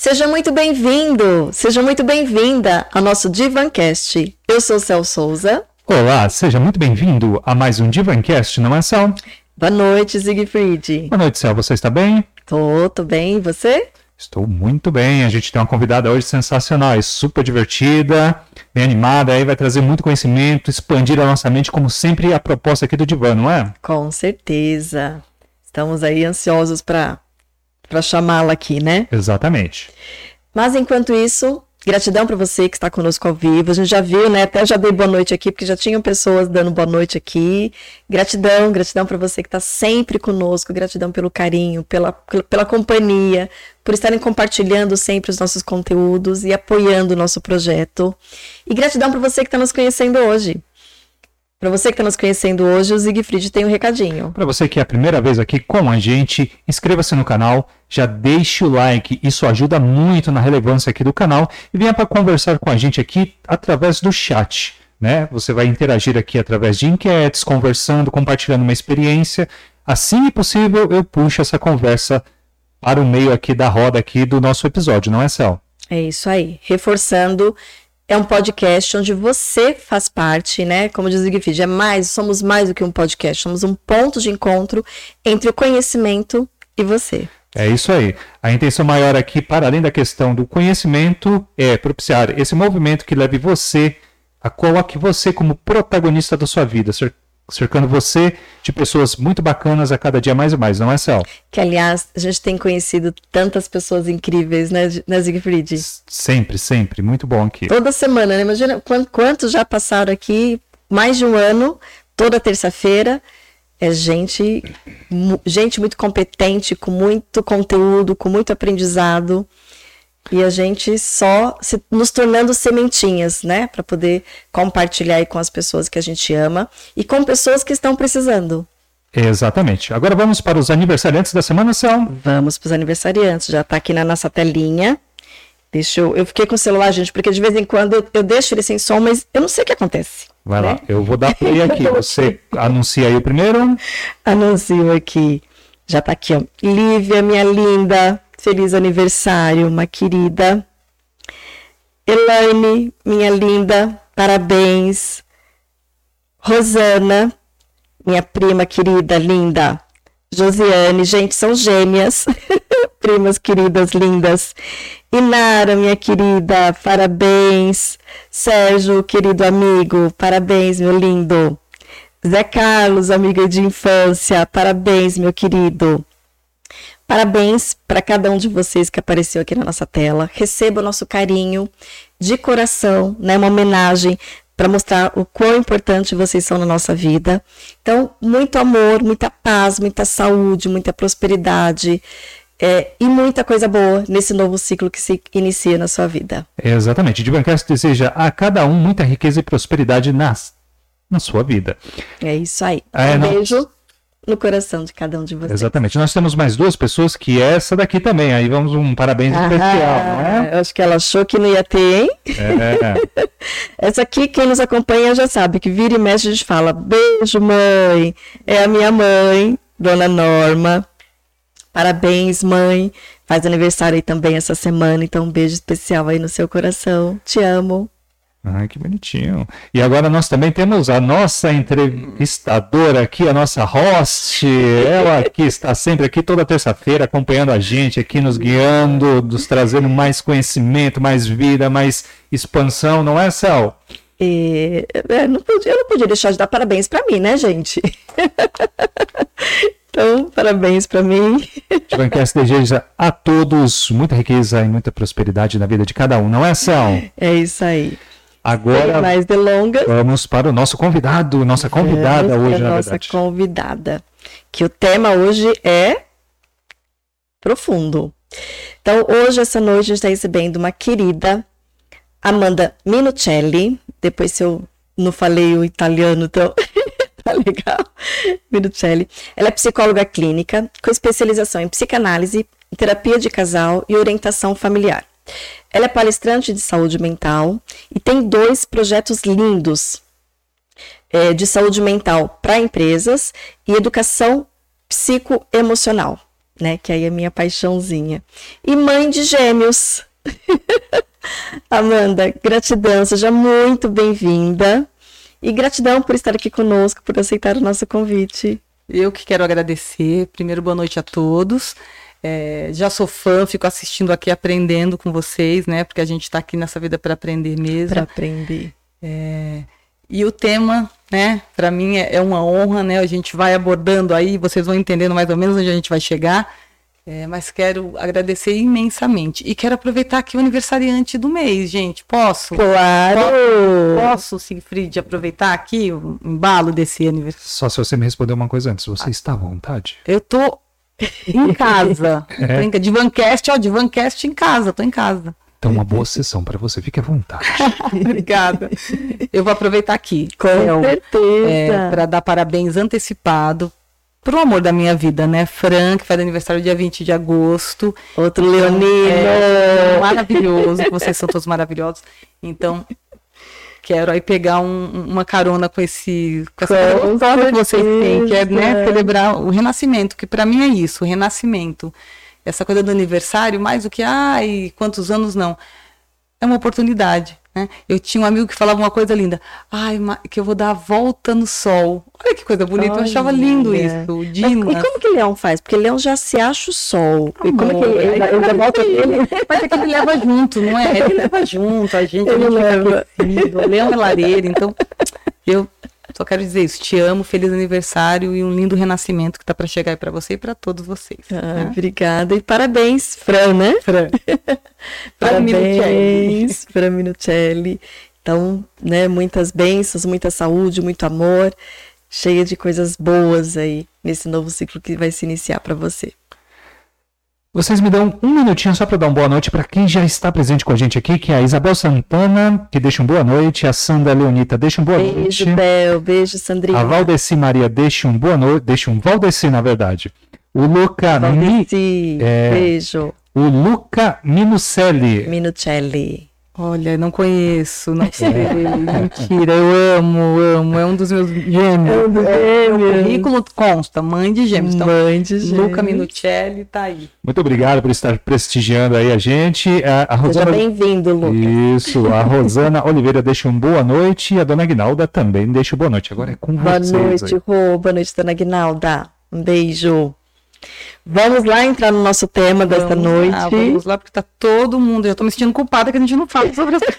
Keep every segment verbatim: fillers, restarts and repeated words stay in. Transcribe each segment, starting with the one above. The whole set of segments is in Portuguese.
Seja muito bem-vindo, seja muito bem-vinda ao nosso Divancast. Eu sou Cel Souza. Olá, seja muito bem-vindo a mais um Divancast, não é, Cel? Boa noite, Siegfried. Boa noite, Cel. Você está bem? Tô, tô bem. E você? Estou muito bem. A gente tem uma convidada hoje sensacional, é super divertida, bem animada, aí vai trazer muito conhecimento, expandir a nossa mente, como sempre a proposta aqui do Divan, não é? Com certeza. Estamos aí ansiosos para para chamá-la aqui, né? Exatamente. Mas enquanto isso, gratidão para você que está conosco ao vivo. A gente já viu, né? Até já dei boa noite aqui, porque já tinham pessoas dando boa noite aqui. Gratidão, gratidão para você que está sempre conosco. Gratidão pelo carinho, pela, pela companhia, por estarem compartilhando sempre os nossos conteúdos e apoiando o nosso projeto. E gratidão para você que está nos conhecendo hoje. Para você que está nos conhecendo hoje, o Siegfried tem um recadinho. Para você que é a primeira vez aqui com a gente, inscreva-se no canal, já deixe o like, isso ajuda muito na relevância aqui do canal e venha para conversar com a gente aqui através do chat, né? Você vai interagir aqui através de enquetes, conversando, compartilhando uma experiência. Assim que possível, eu puxo essa conversa para o meio aqui da roda aqui do nosso episódio, não é, Cel? É isso aí, reforçando. É um podcast onde você faz parte, né? Como diz o Siegfried, é mais, somos mais do que um podcast, somos um ponto de encontro entre o conhecimento e você. É isso aí. A intenção maior aqui, para além da questão do conhecimento, é propiciar esse movimento que leve você, a coloque você como protagonista da sua vida, cercando você de pessoas muito bacanas a cada dia mais e mais, não é, Cel? Que, aliás, a gente tem conhecido tantas pessoas incríveis, né, né Siegfried? Sempre, sempre. Muito bom aqui. Toda semana, né? Imagina quantos já passaram aqui, mais de um ano, toda terça-feira. É gente, gente muito competente, com muito conteúdo, com muito aprendizado. E a gente só se, nos tornando sementinhas, né? Para poder compartilhar aí com as pessoas que a gente ama e com pessoas que estão precisando. Exatamente. Agora vamos para os aniversariantes da semana, Cel? Vamos para os aniversariantes. Já está aqui na nossa telinha. Deixa eu... Eu fiquei com o celular, gente, porque de vez em quando eu, eu deixo ele sem som, mas eu não sei o que acontece. Vai né? lá, eu vou dar play aqui. Você anuncia aí o primeiro? Anuncio aqui. Já está aqui, ó. Lívia, minha linda. Feliz aniversário, uma querida. Elaine, minha linda, parabéns. Rosana, minha prima querida, linda. Josiane, gente, são gêmeas. Primas queridas, lindas. Inara, minha querida, parabéns. Sérgio, querido amigo, parabéns, meu lindo. Zé Carlos, amiga de infância, parabéns, meu querido. Parabéns para cada um de vocês que apareceu aqui na nossa tela. Receba o nosso carinho de coração, né? Uma homenagem para mostrar o quão importante vocês são na nossa vida. Então, muito amor, muita paz, muita saúde, muita prosperidade é, e muita coisa boa nesse novo ciclo que se inicia na sua vida. Exatamente. Divancast deseja a cada um muita riqueza e prosperidade nas, na sua vida. É isso aí. É, um não... beijo no coração de cada um de vocês. Exatamente. Nós temos mais duas pessoas que é essa daqui também. Aí vamos um parabéns ah, especial, não é? Eu acho que ela achou que não ia ter, hein? É. Essa aqui, quem nos acompanha já sabe que vira e mexe a gente fala beijo, mãe. É a minha mãe, Dona Norma. Parabéns, mãe. Faz aniversário aí também essa semana, então um beijo especial aí no seu coração. Te amo. Ai, que bonitinho. E agora nós também temos a nossa entrevistadora aqui, a nossa host. Ela que está sempre aqui toda terça-feira acompanhando a gente aqui, nos guiando, nos trazendo mais conhecimento, mais vida, mais expansão, não é, Cel? E, é, não podia, eu não podia deixar de dar parabéns para mim, né, gente? Então, parabéns para mim. Divancast deseja a todos muita riqueza e muita prosperidade na vida de cada um, não é, Cel? É isso aí. Agora, sem mais delongas, vamos para o nosso convidado, nossa convidada vamos hoje, na nossa verdade. Nossa convidada, que o tema hoje é profundo. Então, hoje, essa noite, a gente está recebendo uma querida, Amanda Minuccelli. Depois, se eu não falei o italiano, então tá legal. Minuccelli. Ela é psicóloga clínica, com especialização em psicanálise, terapia de casal e orientação familiar. Ela é palestrante de saúde mental e tem dois projetos lindos é, de saúde mental para empresas e educação psicoemocional. né? Que aí é minha paixãozinha. E mãe de gêmeos. Amanda, gratidão, seja muito bem-vinda. E gratidão por estar aqui conosco, por aceitar o nosso convite. Eu que quero agradecer. Primeiro, boa noite a todos. É, já sou fã, fico assistindo aqui, aprendendo com vocês, né? Porque a gente está aqui nessa vida para aprender mesmo. Para aprender. É, e o tema, né? Para mim é, é uma honra, né? A gente vai abordando aí, vocês vão entendendo mais ou menos onde a gente vai chegar. É, mas quero agradecer imensamente. E quero aproveitar aqui o aniversariante do mês, gente. Posso? Claro! Posso, posso Siegfried, aproveitar aqui o embalo desse aniversário? Só se você me responder uma coisa antes. Você ah. está à vontade? Eu tô em casa. É. Tô em, Divancast, ó, Divancast em casa, tô em casa. Então, uma boa sessão para você. Fique à vontade. Obrigada. Eu vou aproveitar aqui. Com é, certeza. É, para dar parabéns antecipado pro amor da minha vida, né? Fran, que faz aniversário dia vinte de agosto. Outro leonino. É, maravilhoso, vocês são todos maravilhosos. Então, quero aí pegar um, uma carona com esse com essa coisa que vocês têm, que é, né, celebrar o renascimento, que para mim é isso, o renascimento. Essa coisa do aniversário, mais do que, ai, quantos anos, não. É uma oportunidade. Né? Eu tinha um amigo que falava uma coisa linda. Ai, que eu vou dar a volta no sol. Olha que coisa bonita. Olha, eu achava lindo isso. O Dimas. Mas, e como que Leão faz? Porque Leão já se acha o sol. Amor, e como que ele, ele, ele volta dele? Mas é que ele leva junto, não é? Ele leva junto, a gente, ele a gente leva. O Leão é lareira. Então, eu só quero dizer isso. Te amo, feliz aniversário e um lindo renascimento que tá para chegar aí para você e para todos vocês. Ah, né? Obrigada. E parabéns, Fran, né? Fran. Parabéns para Minuchelli. Então, né, muitas bênçãos, muita saúde, muito amor, cheia de coisas boas aí nesse novo ciclo que vai se iniciar para você. Vocês me dão um minutinho só para dar uma boa noite para quem já está presente com a gente aqui, que é a Isabel Santana, que deixa um boa noite, a Sandra Leonita deixa um boa beijo, noite. Beijo, Bel, beijo, Sandrinha. A Valdeci Maria deixa um boa noite, deixa um Valdeci, na verdade. O Luca Valdeci, Mi, é, beijo. O Luca Minucelli. Minucelli. Olha, não conheço, não sei. Mentira, eu amo, amo. É um dos meus gêmeos. É um dos gêmeos. É, o currículo consta, mãe de gêmeos. Então, mãe de gêmeos. Luca Minucelli tá aí. Muito obrigado por estar prestigiando aí a gente. A, a Rosana... Seja bem-vindo, Lucas. Isso, a Rosana Oliveira deixa um boa noite e a dona Aguinalda também deixa um boa noite. Agora é com boa vocês. Boa noite, Rô. Boa noite, dona Aguinalda. Um beijo. Vamos lá entrar no nosso tema desta vamos noite. Lá, vamos lá, porque tá todo mundo. Eu tô me sentindo culpada que a gente não fala sobre isso.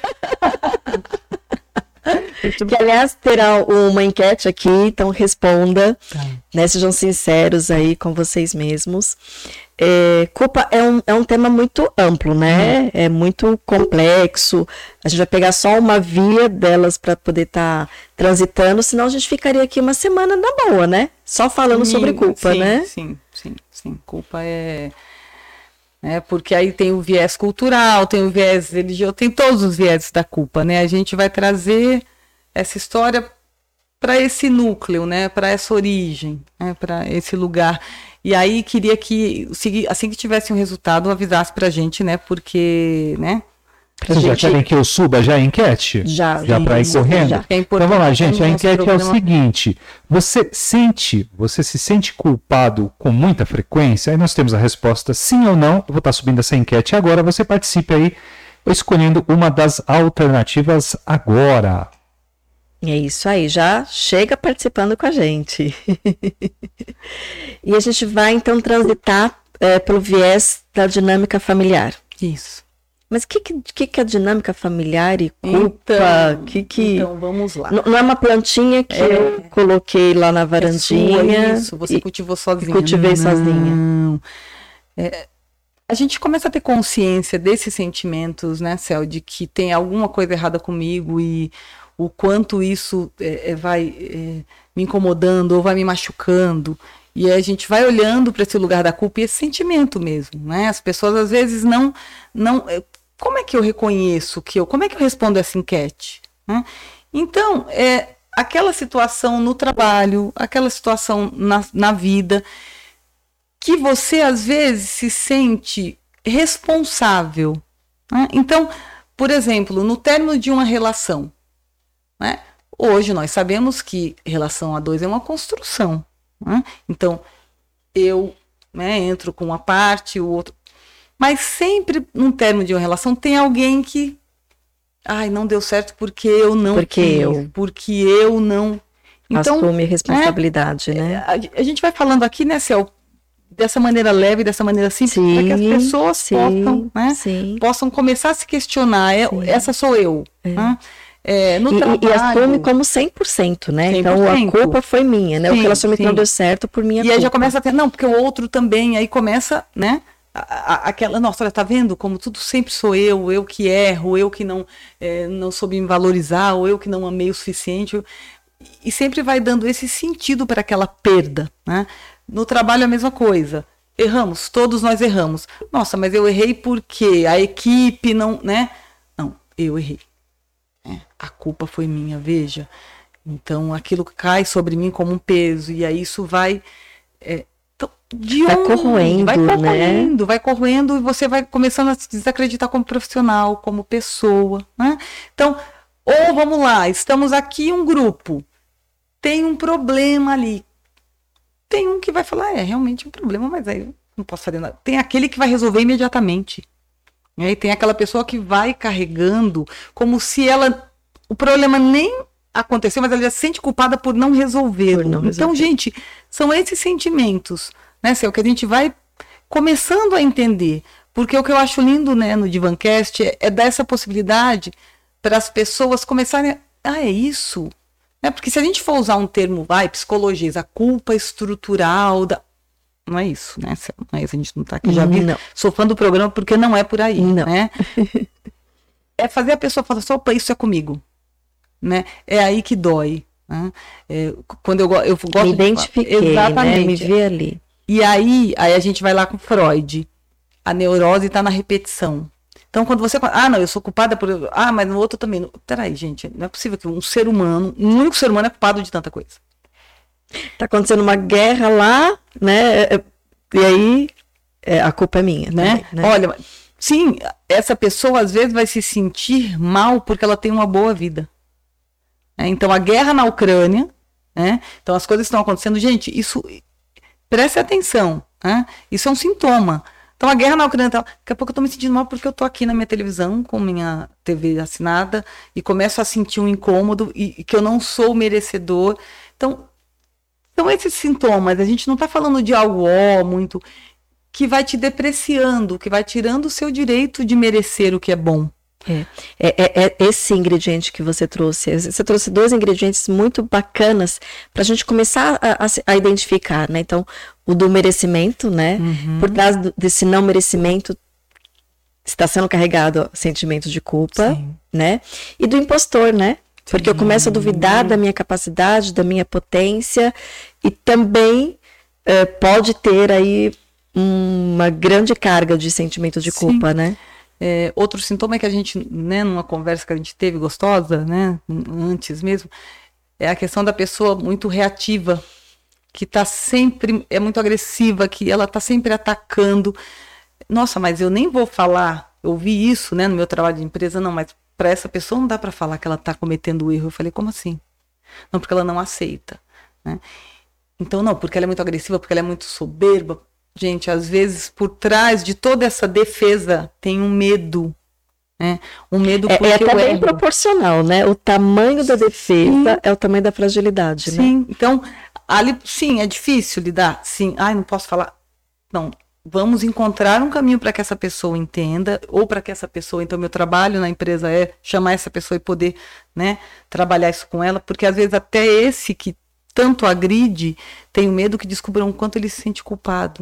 Que, aliás, terá uma enquete aqui, então responda. Tá. Né, sejam sinceros aí com vocês mesmos. É, culpa é um, é um tema muito amplo, né? Hum. É muito complexo. A gente vai pegar só uma via delas para poder estar tá transitando, senão a gente ficaria aqui uma semana na boa, né? Só falando sim, sobre culpa, sim, né? Sim, sim, sim. Culpa é... é... Porque aí tem o viés cultural, tem o viés religioso, tem todos os viés da culpa, né? A gente vai trazer essa história para esse núcleo, né? Para essa origem, né? Para esse lugar. E aí queria que, assim que tivesse um resultado, avisasse pra gente, né? Porque, né? Vocês gente... já querem que eu suba já a enquete? Já. Já para ir correndo? Já. É então vamos lá, gente. A enquete programa... é o seguinte. Você sente, você se sente culpado com muita frequência? Aí nós temos a resposta sim ou não. Eu vou estar subindo essa enquete agora. Você participe aí, escolhendo uma das alternativas agora. É isso aí, já chega participando com a gente. E a gente vai, então, transitar é, pelo viés da dinâmica familiar. Isso. Mas o que, que, que é dinâmica familiar e culpa? Então, que que... então vamos lá. Não, não é uma plantinha que é, eu coloquei lá na varandinha. É sua, isso, você e, cultivou sozinha. Cultivei não, sozinha. É, a gente começa a ter consciência desses sentimentos, né, Céu, de que tem alguma coisa errada comigo e o quanto isso é, é, vai é, me incomodando ou vai me machucando. E a gente vai olhando para esse lugar da culpa e esse sentimento mesmo, né? As pessoas às vezes não... não como é que eu reconheço que eu... Como é que eu respondo essa enquete? Né? Então, é, aquela situação no trabalho, aquela situação na, na vida, que você às vezes se sente responsável. Né? Então, por exemplo, no término de uma relação, né? Hoje nós sabemos que relação a dois é uma construção. Né? Então, eu né, entro com uma parte, o outro. Mas sempre, num termo de uma relação, tem alguém que, ai, não deu certo porque eu não porque quis, eu. porque eu não. Então, assume responsabilidade, é, né? A, a gente vai falando aqui, né, Céu, dessa maneira leve, dessa maneira simples, para que as pessoas sim, possam, né, sim. possam começar a se questionar. É, essa sou eu. É. Né? É, no e, trabalho, e assume como cem por cento, né? cem por cento. Então a culpa foi minha, né? Sim, o relacionamento não deu certo por minha e culpa. E aí já começa a ter, não, porque o outro também, aí começa, né? A, a, aquela, nossa, olha, tá vendo como tudo sempre sou eu, eu que erro, eu que não, é, não soube me valorizar, ou eu que não amei o suficiente. Eu, e sempre vai dando esse sentido para aquela perda, né? No trabalho a mesma coisa. Erramos, todos nós erramos. Nossa, mas eu errei porque a equipe não, né? Não, eu errei. É, a culpa foi minha, veja. Então aquilo cai sobre mim como um peso e aí isso vai é, de vai onde? corroendo, vai corroendo, né? vai corroendo e você vai começando a se desacreditar como profissional, como pessoa, né? Então, ou vamos lá, estamos aqui um grupo, tem um problema ali. Tem um que vai falar, é realmente um problema, mas aí eu não posso fazer nada. Tem aquele que vai resolver imediatamente. E aí tem aquela pessoa que vai carregando como se ela, o problema nem aconteceu, mas ela já se sente culpada por não resolver. Então, gente, são esses sentimentos, né, Céu, que a gente vai começando a entender. Porque o que eu acho lindo, né, no Divancast é, é dar essa possibilidade para as pessoas começarem a, ah, é isso? Né? Porque se a gente for usar um termo, vai, psicologia, a culpa estrutural da... Não é isso, né? Não é isso, a gente não está aqui já vi, sou fã do programa porque não é por aí, não. Né? É fazer a pessoa falar, opa, isso é comigo. Né? É aí que dói. Né? É, quando eu, eu gosto me identifiquei, de... Exatamente. Né? Me vi ali. E aí, aí a gente vai lá com Freud. A neurose está na repetição. Então, quando você... Ah, não, eu sou culpada por... Ah, mas no outro também... Peraí, gente, não é possível que um ser humano, um único ser humano é culpado de tanta coisa. Tá acontecendo uma guerra lá, né? E aí, é, a culpa é minha, né? Também, né? Olha, sim, essa pessoa às vezes vai se sentir mal porque ela tem uma boa vida. Então, a guerra na Ucrânia, né? Então as coisas estão acontecendo. Gente, isso... Preste atenção, né? Isso é um sintoma. Então, a guerra na Ucrânia, daqui a pouco eu tô me sentindo mal porque eu tô aqui na minha televisão, com minha T V assinada, e começo a sentir um incômodo e, e que eu não sou merecedor. Então, são esses sintomas. A gente não tá falando de algo ó, muito... que vai te depreciando, que vai tirando o seu direito de merecer o que é bom. É, é, é, é esse ingrediente que você trouxe. Você trouxe dois ingredientes muito bacanas para a gente começar a, a, a identificar, né? Então, o do merecimento, né? Uhum. Por trás do, desse não merecimento está sendo carregado sentimento de culpa, sim, né? E do impostor, né? Porque sim, eu começo a duvidar da minha capacidade, da minha potência e também uh, pode ter aí uma grande carga de sentimento de culpa, sim, né? É, outro sintoma é que a gente, né, numa conversa que a gente teve gostosa, né, antes mesmo, é a questão da pessoa muito reativa, que tá sempre, é muito agressiva, que ela tá sempre atacando. Nossa, mas eu nem vou falar, eu vi isso, né, no meu trabalho de empresa, não, mas para essa pessoa não dá para falar que ela tá cometendo erro. Eu falei, como assim? Não, porque ela não aceita, né? Então, não, porque ela é muito agressiva, porque ela é muito soberba. Gente, às vezes, por trás de toda essa defesa, tem um medo, né? Um medo porque é, é até bem erro. Proporcional, né? O tamanho da defesa, sim, é o tamanho da fragilidade, sim, né? Então, ali, sim, é difícil lidar. Sim, ai, não posso falar. Não, vamos encontrar um caminho para que essa pessoa entenda, ou para que essa pessoa, então, meu trabalho na empresa é chamar essa pessoa e poder, né, trabalhar isso com ela, porque às vezes até esse que tanto agride, tem medo que descubram o quanto ele se sente culpado.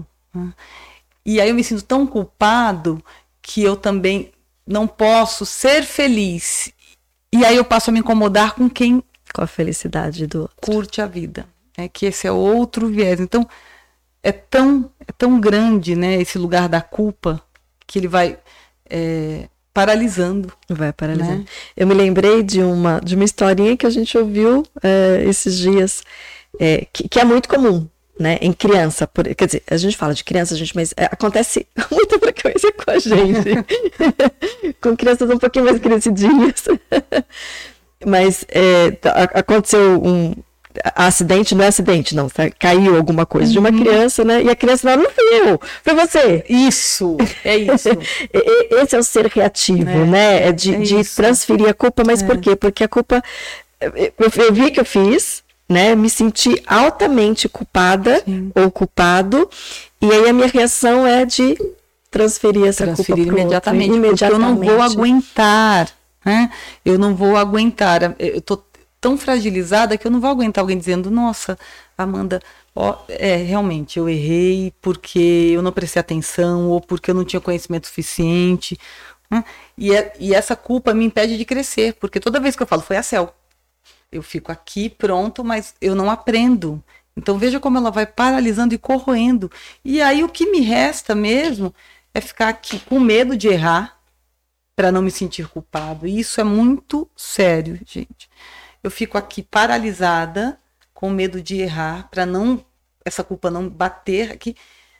E aí eu me sinto tão culpado que eu também não posso ser feliz. E aí eu passo a me incomodar com quem... Com a felicidade do outro. Curte a vida. É que esse é outro viés. Então, é tão, é tão grande, né, esse lugar da culpa que ele vai é, paralisando. Vai paralisando. Né? Eu me lembrei de uma, de uma historinha que a gente ouviu é, esses dias, é, que, que é muito comum. Né, em criança, por, quer dizer, a gente fala de criança, gente, mas é, acontece muita frequência com a gente, com crianças um pouquinho mais crescidinhas, mas é, aconteceu um, acidente, não é acidente, não, tá? Caiu alguma coisa uhum. de uma criança, né? E a criança não, não viu, foi você. Isso, é isso. Esse é o ser reativo, é, né? É de, é de transferir a culpa, mas é. por quê? Porque a culpa, eu, eu vi que eu fiz, né? Me senti altamente culpada Sim. ou culpado, e aí a minha reação é de transferir essa transferir culpa imediatamente, outro, imediatamente, porque eu não vou aguentar, né? Eu não vou aguentar, eu tô tão fragilizada que eu não vou aguentar alguém dizendo, nossa, Amanda, ó, é, realmente, eu errei porque eu não prestei atenção ou porque eu não tinha conhecimento suficiente, né? E, é, e essa culpa me impede de crescer, porque toda vez que eu falo, foi a Cel, eu fico aqui, pronto, mas eu não aprendo. Então veja como ela vai paralisando e corroendo. E aí o que me resta mesmo é ficar aqui com medo de errar para não me sentir culpado. E isso é muito sério, gente. Eu fico aqui paralisada, com medo de errar, para não essa culpa não bater aqui,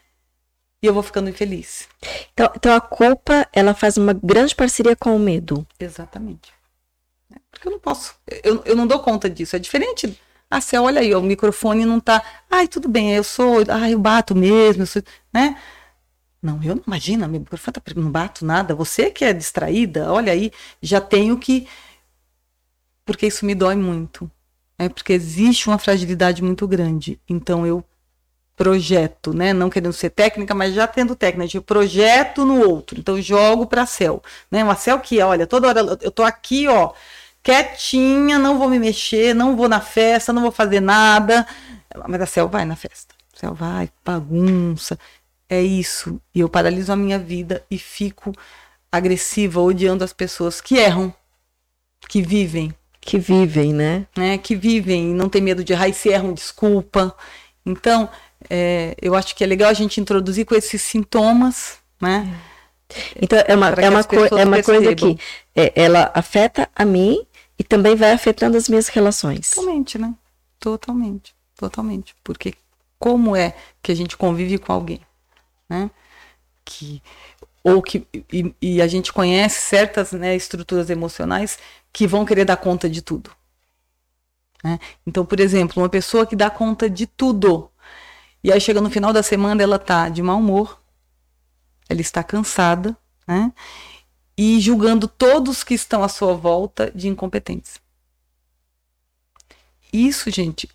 e eu vou ficando infeliz. Então, então a culpa, ela faz uma grande parceria com o medo. Exatamente. Porque eu não posso, eu, eu não dou conta disso. É diferente. Ah, você olha aí, ó, o microfone não tá. Ai, tudo bem, eu sou. Ah, eu bato mesmo, eu sou, né? Não, eu não imagina, meu microfone tá, não bato nada. Você que é distraída, olha aí, já tenho que. Porque isso me dói muito, né? Porque existe uma fragilidade muito grande. Então eu projeto, né? Não querendo ser técnica, mas já tendo técnica, eu projeto no outro. Então eu jogo para a Cel, né? Uma Cel que, olha, toda hora eu tô aqui, ó, quietinha, não vou me mexer, não vou na festa, não vou fazer nada. Mas a Cel vai na festa. A Cel vai, bagunça. É isso. E eu paraliso a minha vida e fico agressiva, odiando as pessoas que erram, que vivem. Que vivem, né? né? Que vivem e não tem medo de errar e se erram, desculpa. Então, é, eu acho que é legal a gente introduzir com esses sintomas, né? Então, é uma, é uma, co é uma coisa que é, ela afeta a mim e também vai afetando as minhas relações. Totalmente, né? Totalmente, totalmente. Porque como é que a gente convive com alguém, né? Que, ou que, e, e a gente conhece certas, né, estruturas emocionais que vão querer dar conta de tudo. Né? Então, por exemplo, uma pessoa que dá conta de tudo, e aí chega no final da semana, ela está de mau humor, ela está cansada, né? E julgando todos que estão à sua volta de incompetentes. Isso, gente,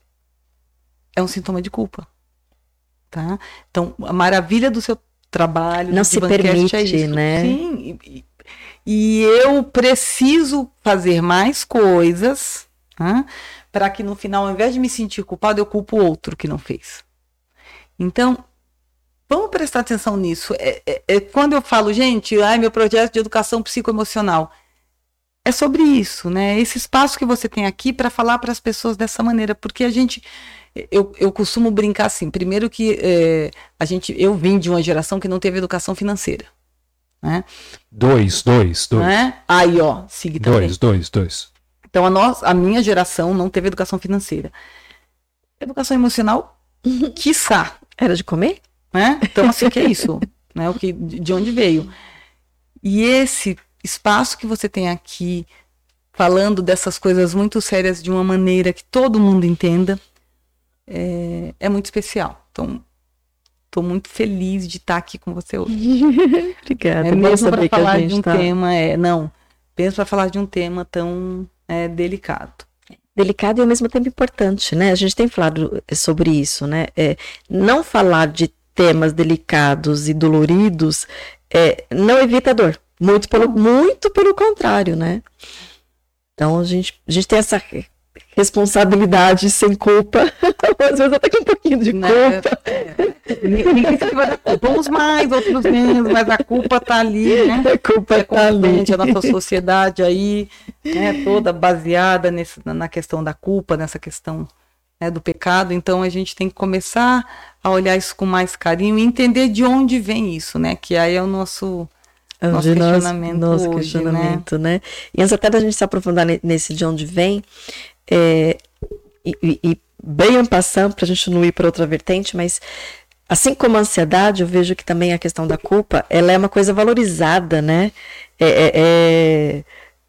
é um sintoma de culpa. Tá? Então, a maravilha do seu trabalho, não se permite, é isso. Né? Sim, e, e eu preciso fazer mais coisas, né, para que no final, ao invés de me sentir culpado, eu culpo o outro que não fez. Então, vamos prestar atenção nisso. É, é, é quando eu falo, gente, ai, meu projeto de educação psicoemocional, é sobre isso, né? Esse espaço que você tem aqui para falar para as pessoas dessa maneira, porque a gente, eu, eu costumo brincar assim, primeiro que é, a gente, eu vim de uma geração que não teve educação financeira. Né? Dois, dois, dois. Né? Aí, ó, siga também. Dois, dois, dois. Então, a, nossa, a minha geração não teve educação financeira. Educação emocional, quiçá. Era de comer? Né? Então, assim, que é isso? Né? O que, de onde veio? E esse espaço que você tem aqui, falando dessas coisas muito sérias de uma maneira que todo mundo entenda, é, é muito especial. Então, estou muito feliz de estar aqui com você hoje. Obrigada. É mesmo para falar de um tá... tema, é, não, mesmo para falar de um tema tão é, delicado. Delicado e ao mesmo tempo importante, né? A gente tem falado sobre isso, né? É, não falar de temas delicados e doloridos é, não evita dor. Muito pelo, muito pelo contrário, né? Então, a gente, a gente tem essa responsabilidade sem culpa. Às vezes até com um pouquinho de culpa. É, ninguém se vai dar culpa. Uns mais, outros menos, mas a culpa tá ali, né? A culpa é tá ali. A nossa sociedade aí, né, toda baseada nesse, na questão da culpa, nessa questão, né, do pecado. Então, a gente tem que começar a olhar isso com mais carinho e entender de onde vem isso, né? Que aí é o nosso... Nosso questionamento, nosso hoje, questionamento, né? né? E antes até da gente se aprofundar nesse de onde vem, é, e, e bem en passant, para a gente não ir para outra vertente, mas assim como a ansiedade, eu vejo que também a questão da culpa, ela é uma coisa valorizada, né? É, é,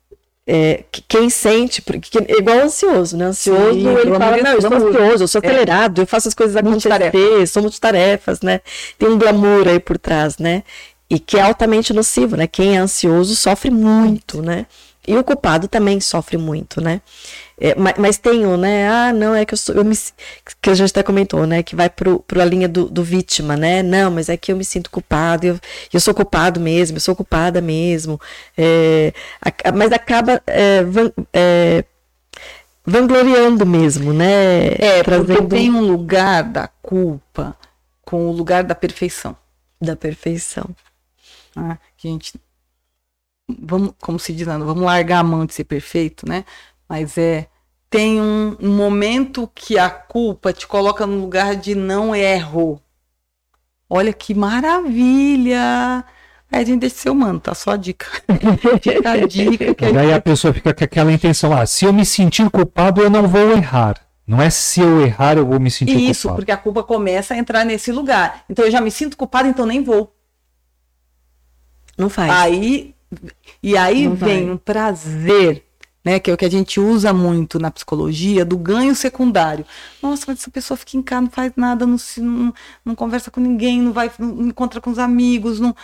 É, quem sente, porque é igual ansioso, né? Ansioso, Sim, ele fala, não, eu sou ansioso, eu sou é. acelerado, eu faço as coisas acontecer, sou multitarefas, né? Tem um glamour aí por trás, né? E que é altamente nocivo, né? Quem é ansioso sofre muito, né? E o culpado também sofre muito, né? É, mas, mas tem um, né? Ah, não, é que eu sou. Eu me, que a gente até comentou, né? Que vai pro, pro a linha do, do vítima, né? Não, mas é que eu me sinto culpado, eu, eu sou culpado mesmo, eu sou culpada mesmo. É, a, mas acaba é, van, é, vangloriando mesmo, né? É, porque Trazendo... tem um lugar da culpa com o lugar da perfeição. Da perfeição. Ah, que a gente. Vamos, como se diz, vamos largar a mão de ser perfeito, né? Mas é, tem um, um momento que a culpa te coloca no lugar de não erro. Olha que maravilha! Aí a gente deixa de ser humano, tá? Só a dica. Fica a dica. Que Daí a pessoa fica com aquela intenção, ah, se eu me sentir culpado, eu não vou errar. Não é se eu errar, eu vou me sentir culpado. Isso, porque a culpa começa a entrar nesse lugar. Então eu já me sinto culpado, então nem vou. Não faz. Aí, e aí não vem vai. um prazer, né, que é o que a gente usa muito na psicologia, do ganho secundário. Nossa, mas essa pessoa fica em casa, não faz nada, não, se, não, não conversa com ninguém, não vai, não encontra com os amigos. Não...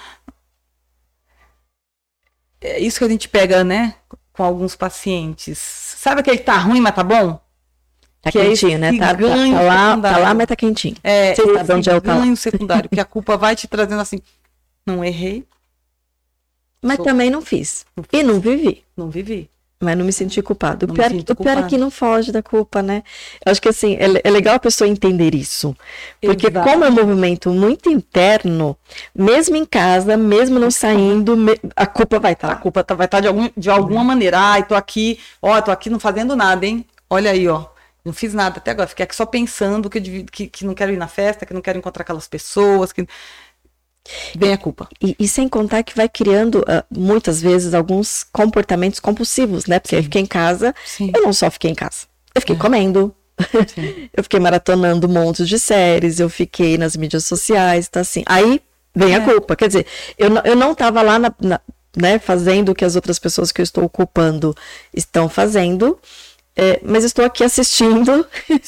É isso que a gente pega, né, com alguns pacientes. Sabe aquele que tá ruim, mas tá bom? Tá que quentinho, é né? Tá, tá, tá, lá, tá lá, mas tá quentinho. É, você sabe onde é o ganho secundário, que a culpa vai te trazendo assim, não errei. Mas Sou... também não fiz. não fiz. E não vivi. Não vivi. Mas não me senti culpado. O pior, o pior é que não foge da culpa, né? Eu acho que assim, é, é legal a pessoa entender isso. Porque Exato. Como é um movimento muito interno, mesmo em casa, mesmo não saindo, me, a culpa vai estar. Tá. A culpa tá, vai estar tá de, algum, de alguma maneira. Ai, tô aqui, ó, tô aqui não fazendo nada, hein? Olha aí, ó. Não fiz nada até agora. Fiquei aqui só pensando que, eu, que, que não quero ir na festa, que não quero encontrar aquelas pessoas, que... Vem a culpa. E, e sem contar que vai criando, uh, muitas vezes, alguns comportamentos compulsivos, né? Porque Sim. eu fiquei em casa, Sim. eu não só fiquei em casa. Eu fiquei é. comendo, eu fiquei maratonando um monte de séries, eu fiquei nas mídias sociais, tá assim. Aí vem é. a culpa. Quer dizer, eu, eu não estava lá na, na, né, fazendo o que as outras pessoas que eu estou culpando estão fazendo. É, mas estou aqui assistindo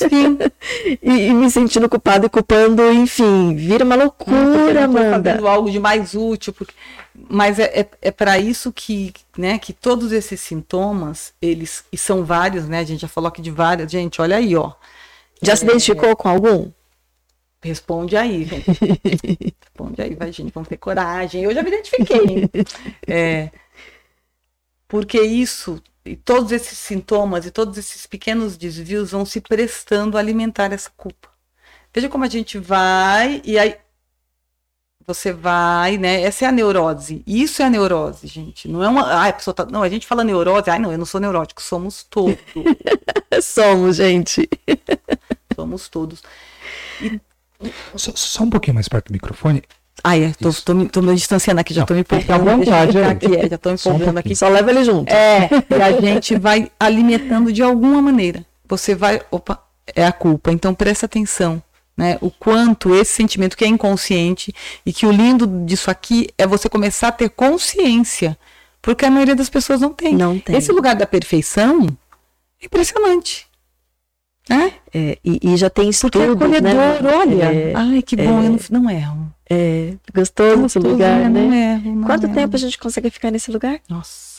e, e me sentindo culpada e culpando, enfim, vira uma loucura, Amanda. Fazendo algo de mais útil, porque... mas é, é, é para isso que, né, que todos esses sintomas, eles, e são vários, né, a gente já falou aqui de vários, gente, olha aí, ó. Já é, se identificou é... com algum? Responde aí, gente. Responde aí, vai, gente, vamos ter coragem. Eu já me identifiquei. é, porque isso... E todos esses sintomas e todos esses pequenos desvios vão se prestando a alimentar essa culpa. Veja como a gente vai, e aí você vai, né? Essa é a neurose. Isso é a neurose, gente. Não é uma. Ai, a pessoa tá. Não, a gente fala neurose. Ai, não, eu não sou neurótico. Somos todos. Somos, gente. Somos todos. E... Só, só um pouquinho mais perto do microfone. Ah, é, tô, tô, tô, tô me distanciando aqui, já não, tô me poupando vontade, é. aqui, é, já tô me poupando um aqui. Só leva ele junto. É, e a gente vai alimentando de alguma maneira. Você vai, opa, é a culpa, então presta atenção, né? O quanto esse sentimento que é inconsciente e que o lindo disso aqui é você começar a ter consciência, porque a maioria das pessoas não tem. Não tem. Esse lugar da perfeição é impressionante. É? É, e, e já tem estudos, porque é acolhedor, né? olha. É, ai, que bom, é, eu não, não erro. É, gostoso, gostoso esse lugar, né? Não erro, não Quanto erro. tempo a gente consegue ficar nesse lugar? Nossa.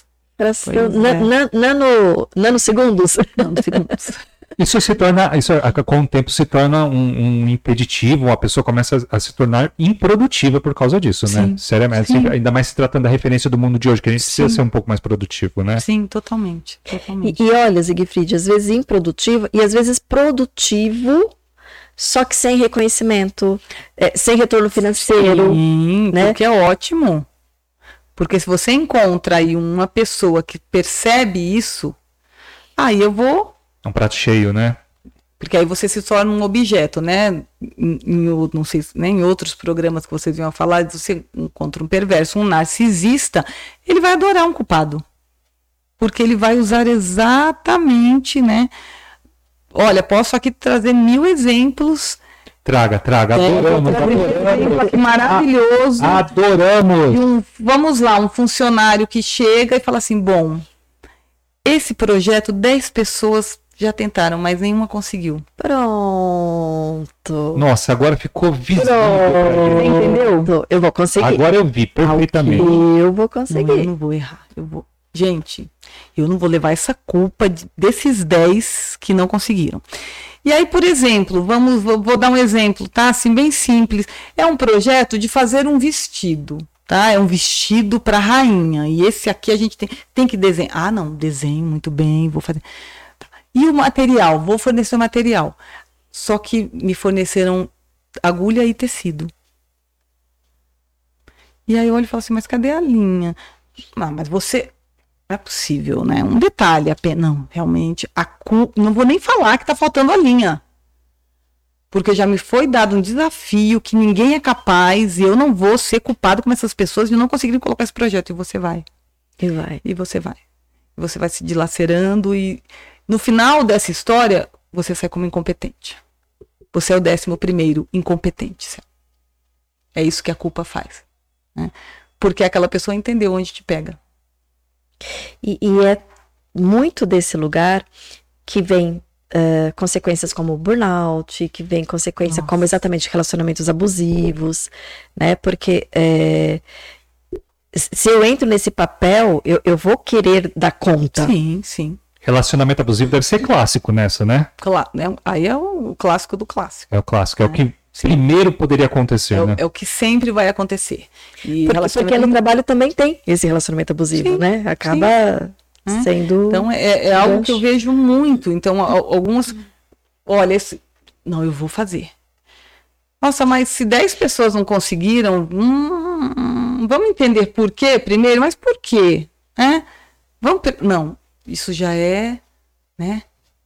Nano, nanosegundos? Nanosegundos. Isso se torna, isso com o tempo se torna um, um impeditivo, a pessoa começa a, a se tornar improdutiva por causa disso, Sim. né? Seriamente, Sim. ainda mais se tratando da referência do mundo de hoje, que a gente Sim. precisa ser um pouco mais produtivo, né? Sim, totalmente. totalmente. E, e olha, Siegfried, às vezes improdutivo e às vezes produtivo, só que sem reconhecimento, é, sem retorno financeiro. Sim, né? Porque é ótimo. Porque se você encontra aí uma pessoa que percebe isso, aí eu vou... É um prato cheio, né? Porque aí você se torna um objeto, né? Em, em, não sei, né? Em outros programas que vocês iam falar, você encontra um perverso, um narcisista, ele vai adorar um culpado. Porque ele vai usar exatamente, né? Olha, posso aqui trazer mil exemplos. Traga, traga, adoramos. É, adoramos. Exemplo aqui maravilhoso. Adoramos. Um, vamos lá, um funcionário que chega e fala assim, bom... Esse projeto, dez pessoas já tentaram, mas nenhuma conseguiu. Pronto. Nossa, agora ficou visível. Pra gente. Entendeu? Eu vou conseguir. Agora eu vi perfeitamente. Eu vou conseguir. Não, eu não vou errar. Eu vou... Gente, eu não vou levar essa culpa de, desses dez que não conseguiram. E aí, por exemplo, vamos, vou, vou dar um exemplo, tá? Assim, bem simples. É um projeto de fazer um vestido, tá? É um vestido para rainha. E esse aqui a gente tem, tem que desenhar. Ah, não, desenho muito bem, vou fazer. E o material? Vou fornecer o material. Só que me forneceram agulha e tecido. E aí eu olho e falo assim, mas cadê a linha? Ah, mas você... Não é possível, né? Um detalhe apenas. Não, realmente, a cu... não vou nem falar que tá faltando a linha. Porque já me foi dado um desafio que ninguém é capaz e eu não vou ser culpado como essas pessoas de não conseguirem colocar esse projeto. E você vai. E vai. E você vai. E você vai se dilacerando e no final dessa história, você sai como incompetente. Você é o décimo primeiro incompetente. É isso que a culpa faz. Né? Porque aquela pessoa entendeu onde te pega. E, e é muito desse lugar que vem uh, consequências como burnout, que vem consequência Nossa. Como exatamente relacionamentos abusivos, né? Porque é, se eu entro nesse papel, eu, eu vou querer dar conta. Sim, sim. Relacionamento abusivo deve ser clássico nessa, né? Claro, né? Aí é o clássico do clássico. É o clássico, é, é o que sim. primeiro poderia acontecer, é, né? É o que sempre vai acontecer. E porque, porque no trabalho também tem esse relacionamento abusivo, sim, né? Acaba sim. sendo... Então, é, é algo que eu vejo muito. Então, algumas... Olha, esse... não, eu vou fazer. Nossa, mas se dez pessoas não conseguiram, hum, vamos entender por quê primeiro? Mas por quê? É? Vamos... Não, isso já é, né?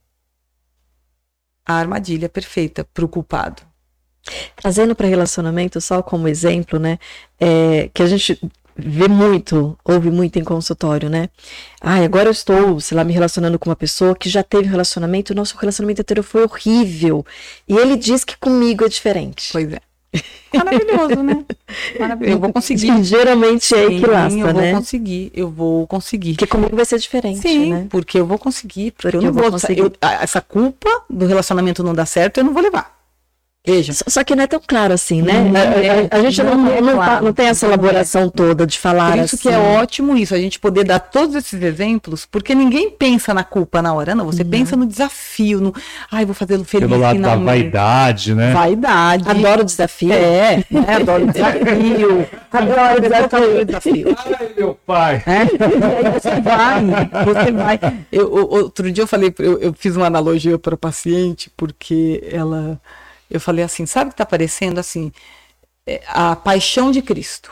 A armadilha perfeita para o culpado. Trazendo para relacionamento, só como exemplo, né, é, que a gente vê muito, ouve muito em consultório, né, ah, agora eu estou, sei lá, me relacionando com uma pessoa que já teve relacionamento, o nosso relacionamento anterior foi horrível, e ele diz que comigo é diferente. Pois é. Maravilhoso, né? Maravilhoso. Eu vou conseguir. Geralmente é aí que lasca, né? Eu vou conseguir, eu vou conseguir. Porque comigo vai ser diferente, sim, né? Porque eu vou conseguir, porque, porque eu não eu vou, vou conseguir. Eu, essa culpa do relacionamento não dar certo, eu não vou levar. Veja. Só, só que não é tão claro assim, né? Não, a, é, a, a gente não, não, é não, claro, não tem essa elaboração é. toda de falar Por isso assim. que é ótimo isso, a gente poder dar todos esses exemplos, porque ninguém pensa na culpa na hora, não. Você não. pensa no desafio, no, ai, vou fazê-lo feliz. Pelo lado da vaidade, né? Vaidade. Adoro o desafio. É, né? Adoro o desafio. Adoro o desafio. desafio. Ai, meu pai. É? E aí você vai, você vai. Eu, outro dia eu falei, eu, eu fiz uma analogia para a paciente, porque ela... Eu falei assim, sabe o que está aparecendo? Assim, é a paixão de Cristo.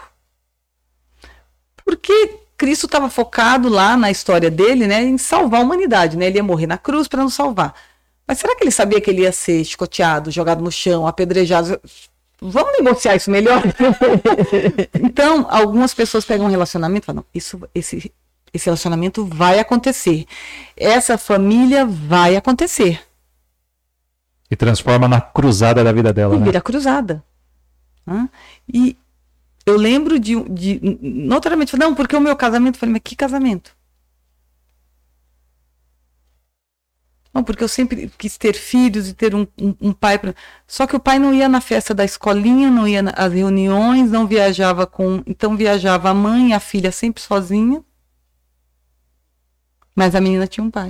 Porque Cristo estava focado lá na história dele, né, em salvar a humanidade, né? Ele ia morrer na cruz para nos salvar. Mas será que ele sabia que ele ia ser chicoteado, jogado no chão, apedrejado? Vamos negociar isso melhor? Então, algumas pessoas pegam um relacionamento e falam, isso, esse, esse relacionamento vai acontecer. Essa família vai acontecer. E transforma na cruzada da vida dela, e né? Vira cruzada. Né? E eu lembro de, de notoriamente, não, porque o meu casamento, eu falei, mas que casamento? Não, porque eu sempre quis ter filhos e ter um, um, um pai. Pra... Só que o pai não ia na festa da escolinha, não ia às reuniões, não viajava com... Então viajava a mãe e a filha sempre sozinha. Mas a menina tinha um pai.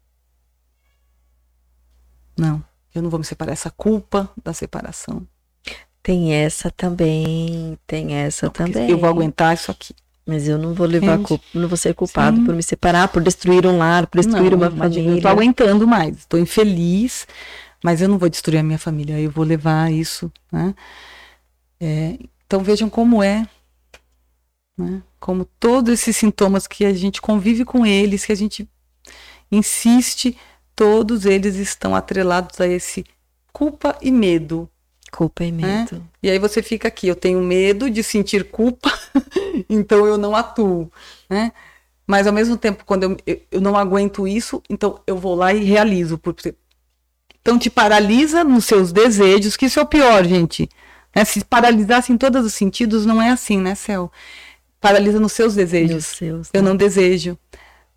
Não. Eu não vou me separar, essa culpa da separação. Tem essa também, tem essa não, também. Eu vou aguentar isso aqui. Mas eu não vou levar Gente, culpa, não vou ser culpado sim. por me separar, por destruir um lar, por destruir não, uma família. Eu tô aguentando mais, estou infeliz, mas eu não vou destruir a minha família, eu vou levar isso, né? É, então vejam como é, né? Como todos esses sintomas que a gente convive com eles, que a gente insiste... Todos eles estão atrelados a esse culpa e medo. Culpa e medo. Né? E aí você fica aqui, eu tenho medo de sentir culpa, então eu não atuo. Né? Mas ao mesmo tempo, quando eu, eu, eu não aguento isso, então eu vou lá e realizo. Então te paralisa nos seus desejos, que isso é o pior, gente. Né? Se paralisasse em todos os sentidos, não é assim, né, Céu? Paralisa nos seus desejos. Seus, eu né? não desejo.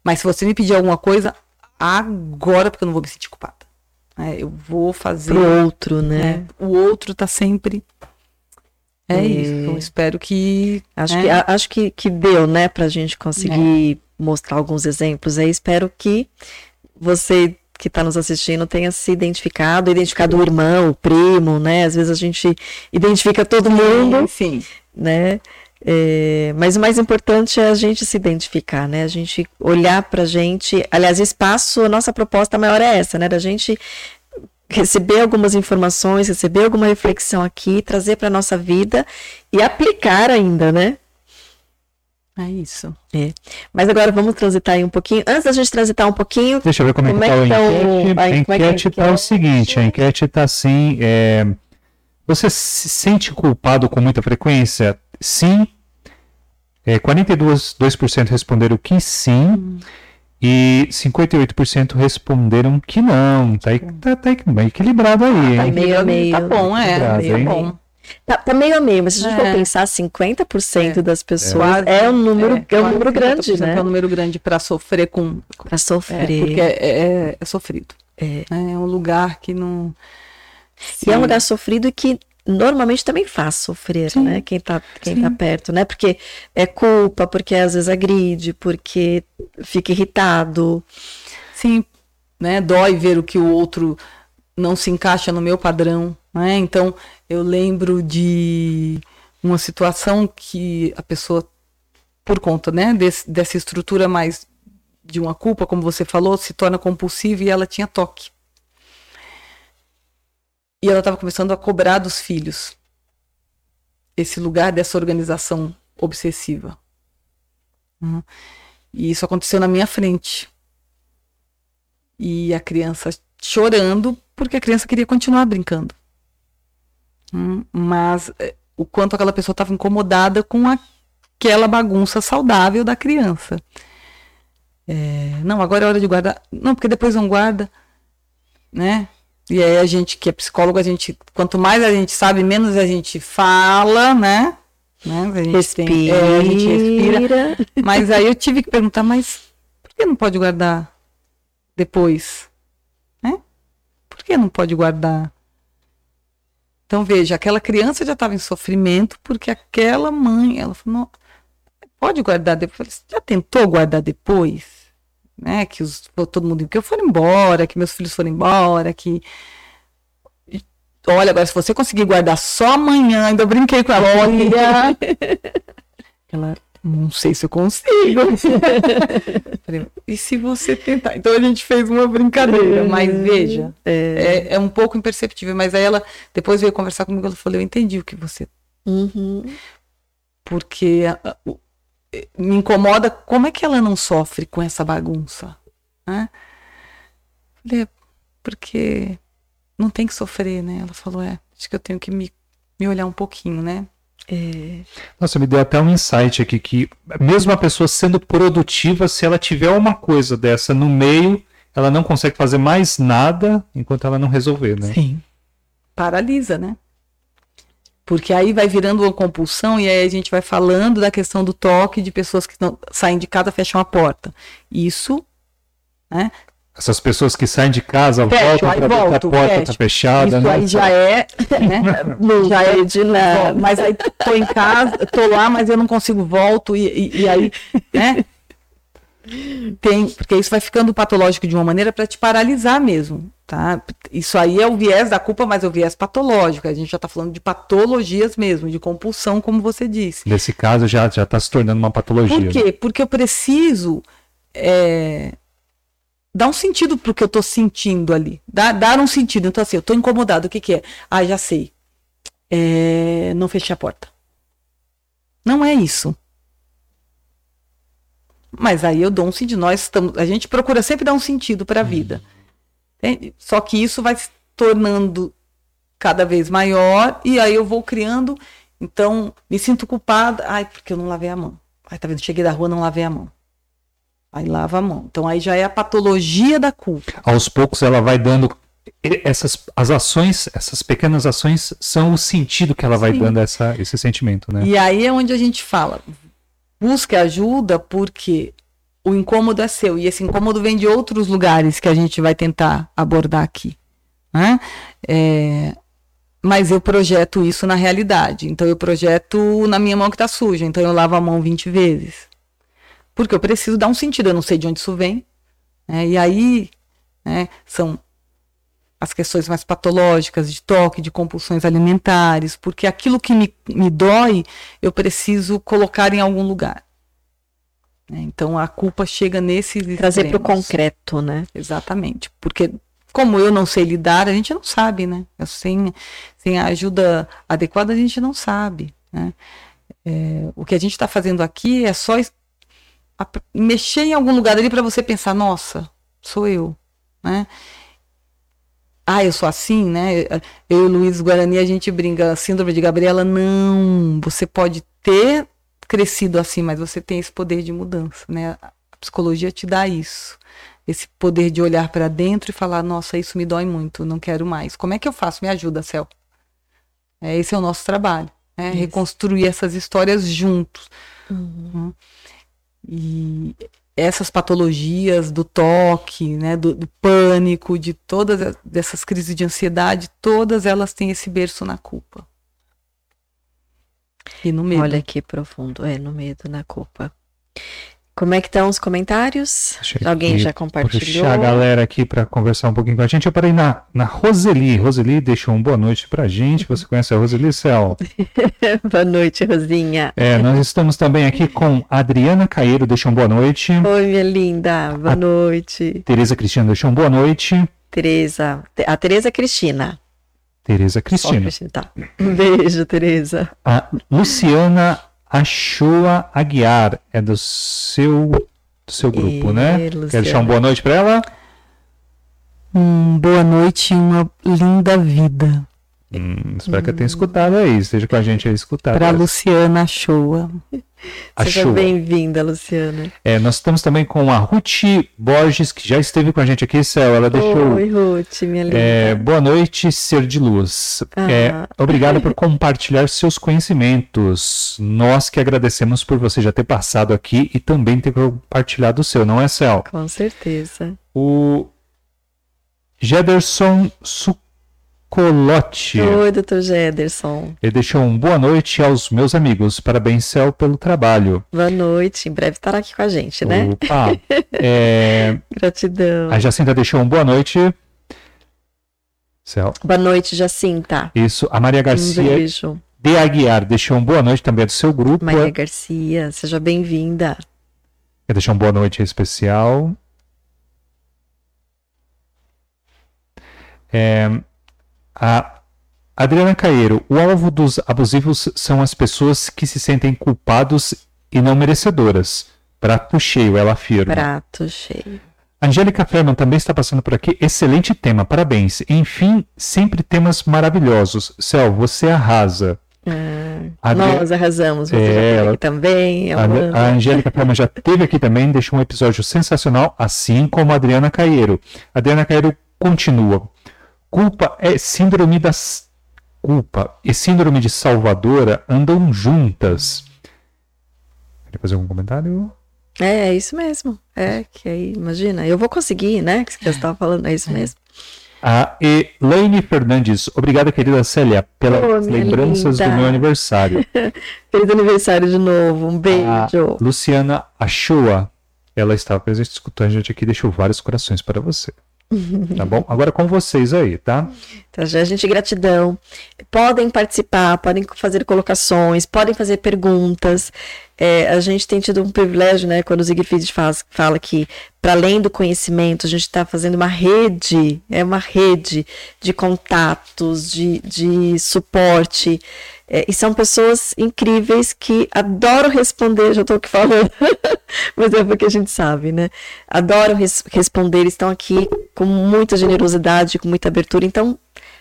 Mas se você me pedir alguma coisa, agora, porque eu não vou me sentir culpada. É, eu vou fazer... Pro outro, né? É, o outro tá sempre... É, é. isso. Eu espero que... Acho, né? que, a, acho que, que deu, né? Pra gente conseguir é. mostrar alguns exemplos. Aí espero que você que está nos assistindo tenha se identificado, identificado o irmão, o primo, né? Às vezes a gente identifica todo mundo, sim, né? É, mas o mais importante é a gente se identificar, né? A gente olhar pra gente, aliás, espaço, a nossa proposta maior é essa, né? Da gente receber algumas informações, receber alguma reflexão aqui, trazer para nossa vida e aplicar ainda, né? É isso. É. Mas agora vamos transitar aí um pouquinho. Antes da gente transitar um pouquinho... Deixa eu ver como, como é que está a enquete. A enquete está o seguinte, a enquete está assim... É... Você se sente culpado com muita frequência? Sim. É, quarenta e dois por cento responderam que sim. Hum. E cinquenta e oito por cento responderam que não. Tá, tá, tá equilibrado aí, hein? Tá meio a meio. Tá bom, é. Meio bom. Tá, tá meio a meio, mas se a gente é. for pensar, cinquenta por cento é. das pessoas é, é um número, é, é um número grande, né? É um número grande para sofrer com... Para sofrer. É, porque é, é, é sofrido. É. é um lugar que não... E é um lugar sofrido e que normalmente também faz sofrer, Sim. né? Quem tá, quem tá perto, né? Porque é culpa, porque às vezes agride, porque fica irritado. Sim, né? Dói ver o que o outro não se encaixa no meu padrão, né? Então, eu lembro de uma situação que a pessoa, por conta, né, desse, dessa estrutura mais de uma culpa, como você falou, se torna compulsiva e ela tinha toque. E ela estava começando a cobrar dos filhos esse lugar dessa organização obsessiva. Uhum. E isso aconteceu na minha frente. E a criança chorando porque a criança queria continuar brincando. Hum, mas é, o quanto aquela pessoa estava incomodada com aquela bagunça saudável da criança. É, não, agora é hora de guardar. Não, porque depois não guarda, né? E aí a gente, que é psicólogo, a gente, quanto mais a gente sabe, menos a gente fala, né? né? A gente respira. Tem, é, a gente respira. Mas aí eu tive que perguntar, mas por que não pode guardar depois? Né? Por que não pode guardar? Então, veja, aquela criança já estava em sofrimento porque aquela mãe, ela falou, não, pode guardar depois? Já tentou guardar depois? Né, que os, todo mundo que eu for embora, que meus filhos foram embora, que olha, agora se você conseguir guardar só amanhã, ainda brinquei com ela, olha, ela, não sei se eu consigo. Falei, e se você tentar? Então a gente fez uma brincadeira, mas veja, é, é um pouco imperceptível, mas aí ela depois veio conversar comigo, ela falou, eu entendi o que você... Uhum. Porque a, a, me incomoda como é que ela não sofre com essa bagunça, né? Falei, porque não tem que sofrer, né? Ela falou, é, acho que eu tenho que me, me olhar um pouquinho, né? É... Nossa, me deu até um insight aqui, que mesmo a pessoa sendo produtiva, se ela tiver uma coisa dessa no meio, ela não consegue fazer mais nada enquanto ela não resolver, né? Sim. Paralisa, né? Porque aí vai virando uma compulsão e aí a gente vai falando da questão do toque de pessoas que não, saem de casa, fecham a porta. Isso, né? Essas pessoas que saem de casa, fecho, voltam para ver que a porta está fechada. Isso né? aí já é, né? Não já é de nada. Mas aí tô em casa, tô lá, mas eu não consigo, volto e, e, e aí, né? Tem, porque isso vai ficando patológico de uma maneira para te paralisar mesmo, tá? Isso aí é o viés da culpa, mas é o viés patológico. A gente já está falando de patologias mesmo, de compulsão, como você disse. Nesse caso já já está se tornando uma patologia. Por quê? Né? Porque eu preciso é, dar um sentido para o que eu estou sentindo ali, dar, dar um sentido. Então assim, eu estou incomodado. O que que é? Ah, já sei. É, não fechei a porta. Não é isso. Mas aí eu dou um sentido. Nós estamos, a gente procura sempre dar um sentido para a vida. Entende? Só que isso vai se tornando cada vez maior e aí eu vou criando. Então, me sinto culpada. Ai, porque eu não lavei a mão. Ai, tá vendo? Cheguei da rua, não lavei a mão. Aí lava a mão. Então, aí já é a patologia da culpa. Aos poucos ela vai dando... Essas as ações, essas pequenas ações são o sentido que ela vai Sim. dando essa, esse sentimento, né? E aí é onde a gente fala... Busque ajuda porque o incômodo é seu, e esse incômodo vem de outros lugares que a gente vai tentar abordar aqui, né? É, mas eu projeto isso na realidade. Então eu projeto na minha mão que tá suja, então eu lavo a mão vinte vezes. Porque eu preciso dar um sentido, eu não sei de onde isso vem, né? E aí, né, são as questões mais patológicas de toque, de compulsões alimentares, porque aquilo que me, me dói, eu preciso colocar em algum lugar. Então a culpa chega nesses extremos. Trazer para o concreto, né? Exatamente, porque como eu não sei lidar, a gente não sabe, né? Sem, sem a ajuda adequada, a gente não sabe, né? É, o que a gente está fazendo aqui é só a, mexer em algum lugar ali para você pensar, nossa, sou eu, né? Ah, eu sou assim, né? Eu e o Luiz Guarani, a gente brinca, síndrome de Gabriela, não, você pode ter crescido assim, mas você tem esse poder de mudança, né? A psicologia te dá isso, esse poder de olhar para dentro e falar, nossa, isso me dói muito, não quero mais. Como é que eu faço? Me ajuda, Cel. É, esse é o nosso trabalho, né? Isso. Reconstruir essas histórias juntos. Uhum. E essas patologias do toque, né, do, do pânico, de todas essas crises de ansiedade, todas elas têm esse berço na culpa. E no medo. Olha que profundo, é, no medo, na culpa. Como é que estão os comentários? Achei Alguém já compartilhou? Puxar a galera aqui para conversar um pouquinho com a gente. Eu parei na, na Roseli. Roseli deixou uma boa noite pra gente. Você conhece a Roseli, Cel? Boa noite, Rosinha. É, nós estamos também aqui com a Adriana Caeiro, deixou uma boa noite. Oi, minha linda, boa a noite. Tereza Cristina deixou uma boa noite. Tereza, a Tereza Cristina. Tereza Cristina. Cristina. Tá. Um beijo, Tereza. A Luciana Achoa Aguiar, é do seu, do seu grupo, e, né? Luciana. Quer deixar uma boa noite para ela? Um, boa noite e uma linda vida. Hum, espero hum. que ela tenha escutado aí, esteja com a gente aí escutando. Para Luciana Achoa. Seja bem-vinda, Luciana. É, nós estamos também com a Ruth Borges, que já esteve com a gente aqui, Cel. Ela deixou. Oi, Ruth, minha linda. É, boa noite, ser de luz. Ah. É, obrigada por compartilhar seus conhecimentos. Nós que agradecemos por você já ter passado aqui e também ter compartilhado o seu, não é, Cel? Com certeza. O Gederson Sucolotti. Oi, doutor Gederson. Ele deixou um boa noite aos meus amigos. Parabéns, Cel, pelo trabalho. Boa noite. Em breve estará aqui com a gente, né? Opa. É... Gratidão. A Jacinta deixou um boa noite. Cel. Boa noite, Jacinta. Isso. A Maria Garcia um beijo. de Aguiar deixou um boa noite também do seu grupo. Maria Garcia, seja bem-vinda. Quer deixar um boa noite especial. É... A Adriana Caeiro, o alvo dos abusivos são as pessoas que se sentem culpados e não merecedoras. Prato cheio, ela afirma. Prato cheio. Angélica Ferman também está passando por aqui. Excelente tema, parabéns. Enfim, sempre temas maravilhosos. Cel, você arrasa. Ah, Adri... Nós arrasamos, você é, já esteve ela... aqui também. A, a Angélica Ferman já esteve aqui também, deixou um episódio sensacional, assim como a Adriana Caeiro. A Adriana Caeiro continua. Culpa é síndrome das culpa e síndrome de salvadora andam juntas. Quer fazer algum comentário? É, é isso mesmo. É que aí, imagina, eu vou conseguir, né? Que você estava falando, é isso mesmo. A Elaine Fernandes, obrigada, querida Célia, pelas oh, lembranças linda. do meu aniversário. Feliz aniversário de novo, um beijo. A Luciana Achoa, ela estava presente, escutando a gente aqui, deixou vários corações para você. Tá bom? Agora com vocês aí, tá? Então, já, gente, gratidão. Podem participar, podem fazer colocações, podem fazer perguntas. É, a gente tem tido um privilégio, né? Quando o Siegfried faz, fala que, para além do conhecimento, a gente está fazendo uma rede, é uma rede de contatos, de, de suporte. É, e são pessoas incríveis que adoram responder, já estou aqui falando, mas é porque a gente sabe, né? Adoram res- responder, estão aqui com muita generosidade, com muita abertura, então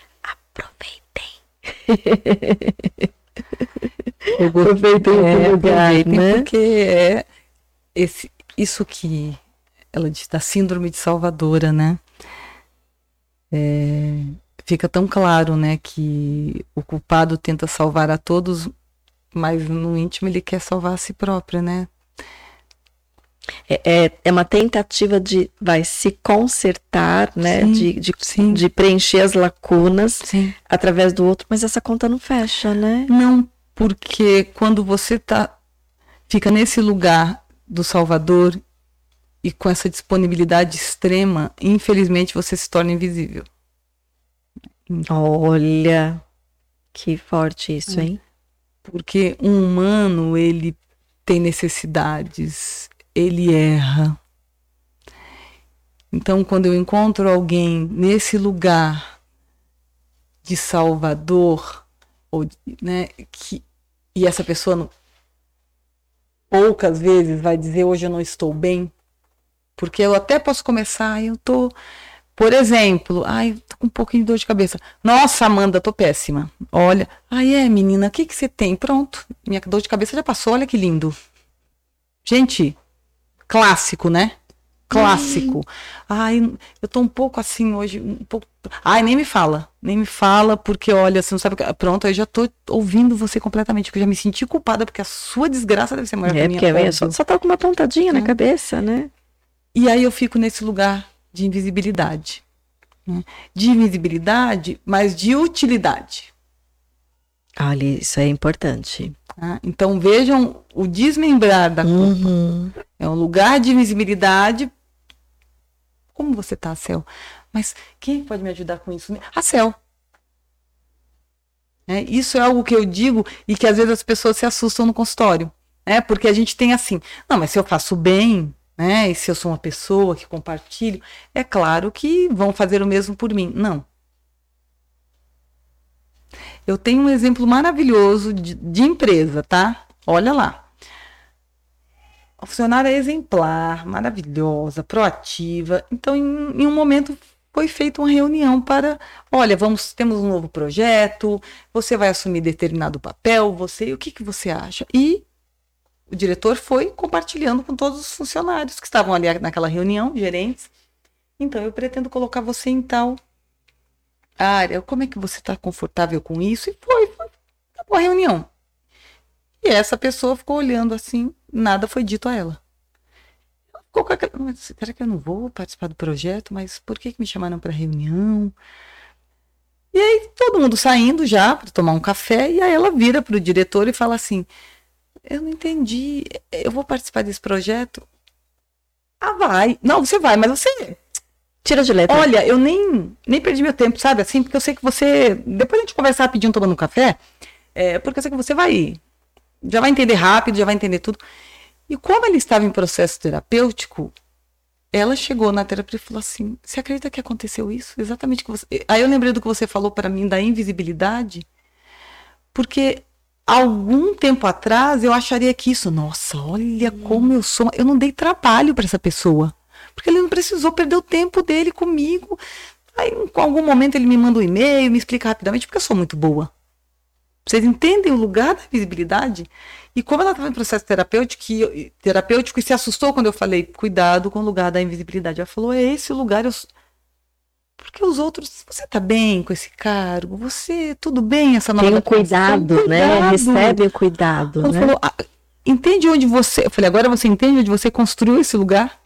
aproveitem. Aproveitem é, o lugar, né? Porque é esse, isso que ela diz da síndrome de salvadora, né? É... Fica tão claro, né, que o culpado tenta salvar a todos, mas no íntimo ele quer salvar a si próprio, né? É, é, é uma tentativa de vai se consertar, né? Sim, de, de, sim. de preencher as lacunas Sim. através do outro, mas essa conta não fecha, né? Não, porque quando você tá, fica nesse lugar do Salvador e com essa disponibilidade extrema, infelizmente você se torna invisível. Olha, que forte isso, hein? Porque um humano, ele tem necessidades, ele erra. Então, quando eu encontro alguém nesse lugar de Salvador, ou, né, que, e essa pessoa não, poucas vezes vai dizer hoje eu não estou bem, porque eu até posso começar, eu tô, por exemplo, ai, tô com um pouquinho de dor de cabeça. Nossa, Amanda, tô péssima. Olha, ai é, menina, o que que você tem? Pronto, minha dor de cabeça já passou, olha que lindo. Gente, clássico, né? Clássico. Ai, eu tô um pouco assim hoje, um pouco. Ai, nem me fala, nem me fala, porque olha, você não sabe. Pronto, eu já tô ouvindo você completamente, porque eu já me senti culpada, porque a sua desgraça deve ser maior É, que a minha. porque é só, só tá com uma pontadinha é. na cabeça, né? E aí eu fico nesse lugar de invisibilidade. Né? De invisibilidade, mas de utilidade. Olha, isso é importante. Tá? Então vejam o desmembrar da culpa. Uhum. É um lugar de invisibilidade. Como você tá, Cel? Mas quem pode me ajudar com isso? A Cel. É, isso é algo que eu digo e que às vezes as pessoas se assustam no consultório. Né? Porque a gente tem assim, não, mas se eu faço bem, né? E se eu sou uma pessoa que compartilho, é claro que vão fazer o mesmo por mim. Não. Eu tenho um exemplo maravilhoso de, de empresa, tá? Olha lá. A funcionária é exemplar, maravilhosa, proativa. Então, em, em um momento, foi feita uma reunião para, olha, vamos, temos um novo projeto, você vai assumir determinado papel, você, o que, que você acha? E o diretor foi compartilhando com todos os funcionários que estavam ali naquela reunião, gerentes. Então, eu pretendo colocar você em tal área. Como é que você está confortável com isso? E foi, foi acabou a reunião. E essa pessoa ficou olhando assim, nada foi dito a ela. Ela ficou com aquela, mas, será que eu não vou participar do projeto? Mas por que, que me chamaram para reunião? E aí todo mundo saindo já para tomar um café, e aí ela vira para o diretor e fala assim, eu não entendi, eu vou participar desse projeto? Ah, vai. Não, você vai, mas você... Tira de letra. Olha, eu nem, nem perdi meu tempo, sabe? Assim, porque eu sei que você... Depois a gente conversa rapidinho tomando um café, é, porque eu sei que você vai... Já vai entender rápido, já vai entender tudo. E como ele estava em processo terapêutico, ela chegou na terapia e falou assim, você acredita que aconteceu isso? Exatamente que você... Aí eu lembrei do que você falou para mim da invisibilidade, porque algum tempo atrás eu acharia que isso, nossa, olha hum. como eu sou... Eu não dei trabalho para essa pessoa, porque ele não precisou perder o tempo dele comigo. Aí em algum momento ele me manda um e-mail, me explica rapidamente, porque eu sou muito boa. Vocês entendem o lugar da visibilidade? E como ela estava em processo terapêutico, e, terapêutico e se assustou quando eu falei, cuidado com o lugar da invisibilidade. Ela falou, é esse o lugar. Eu... Porque os outros, você está bem com esse cargo? Você, tudo bem essa nova... Tem um cuidado, cuidado, né? Recebe o cuidado. Ela né? falou, ah, entende onde você... Eu falei, agora você entende onde você construiu esse lugar?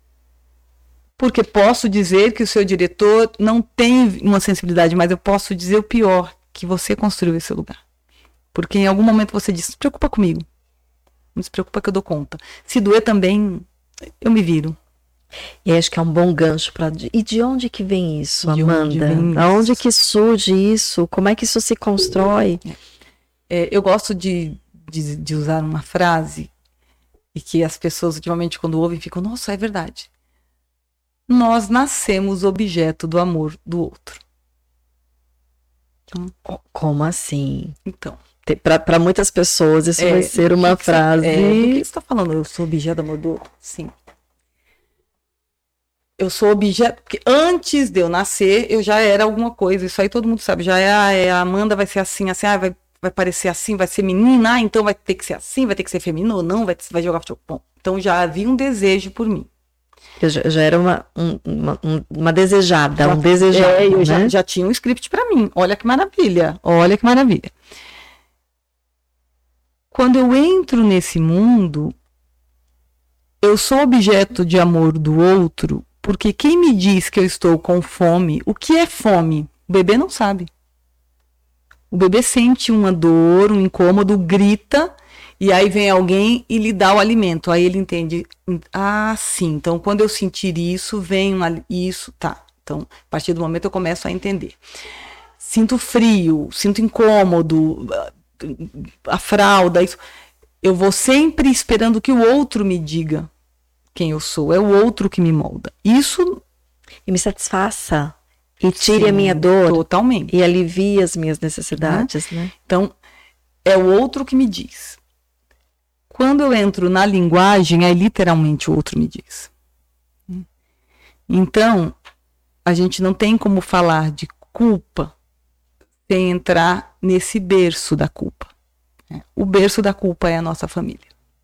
Porque posso dizer que o seu diretor não tem uma sensibilidade, mas eu posso dizer o pior, que você construiu esse lugar. Porque em algum momento você disse, não se preocupa comigo. Não se preocupa que eu dou conta. Se doer também, eu me viro. E acho que é um bom gancho para... E de onde que vem isso, de Amanda? Onde vem isso? Aonde que surge isso? Como é que isso se constrói? É, eu gosto de, de, de usar uma frase e que as pessoas, ultimamente, quando ouvem, ficam, nossa, é verdade. Nós nascemos objeto do amor do outro. Então, como assim? Então... Para muitas pessoas isso é, vai ser uma que frase... Você, é, do que você está falando? Eu sou objeto do amor do outro? Sim. Eu sou objeto... Porque antes de eu nascer, eu já era alguma coisa. Isso aí todo mundo sabe. Já é, é a Amanda vai ser assim, assim. Ah, vai, vai parecer assim, vai ser menina. Ah, então vai ter que ser assim, vai ter que ser feminino ou não. Vai, vai jogar futebol. Bom, então já havia um desejo por mim. Eu já, já era uma, um, uma, uma desejada, já, um desejado. É, eu né? já, já tinha um script para mim. Olha que maravilha. Olha que maravilha. Quando eu entro nesse mundo, eu sou objeto de amor do outro, porque quem me diz que eu estou com fome, o que é fome? O bebê não sabe. O bebê sente uma dor, um incômodo, grita, e aí vem alguém e lhe dá o alimento. Aí ele entende, ah, sim, então quando eu sentir isso, vem um, isso, tá. Então, a partir do momento eu começo a entender. Sinto frio, sinto incômodo, a fralda, isso. Eu vou sempre esperando que o outro me diga quem eu sou. É o outro que me molda. Isso... E me satisfaça. E tire Sim, a minha dor. Totalmente. E alivie as minhas necessidades, né? né? Então, é o outro que me diz. Quando eu entro na linguagem, aí literalmente o outro me diz. Então, a gente não tem como falar de culpa sem entrar nesse berço da culpa. O berço da culpa é a nossa família.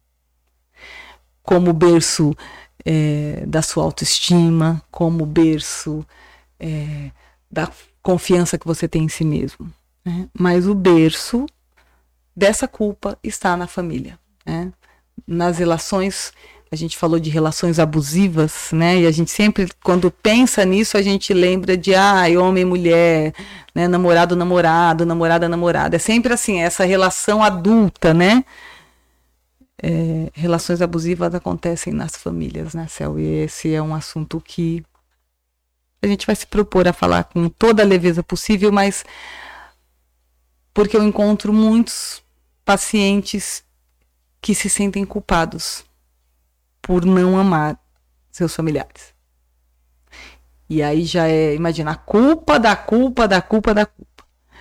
Como berço é, da sua autoestima, como berço é, da confiança que você tem em si mesmo. Né? Mas o berço dessa culpa está na família. Né? Nas relações, a gente falou de relações abusivas, né? E a gente sempre, quando pensa nisso, a gente lembra de ah, homem e mulher, né? Namorado, namorado, namorada, namorada. É sempre assim, essa relação adulta, né? É, relações abusivas acontecem nas famílias, né, Céu? E esse é um assunto que a gente vai se propor a falar com toda a leveza possível, mas porque eu encontro muitos pacientes que se sentem culpados por não amar seus familiares. E aí já é, imagina, a culpa da culpa da culpa da culpa.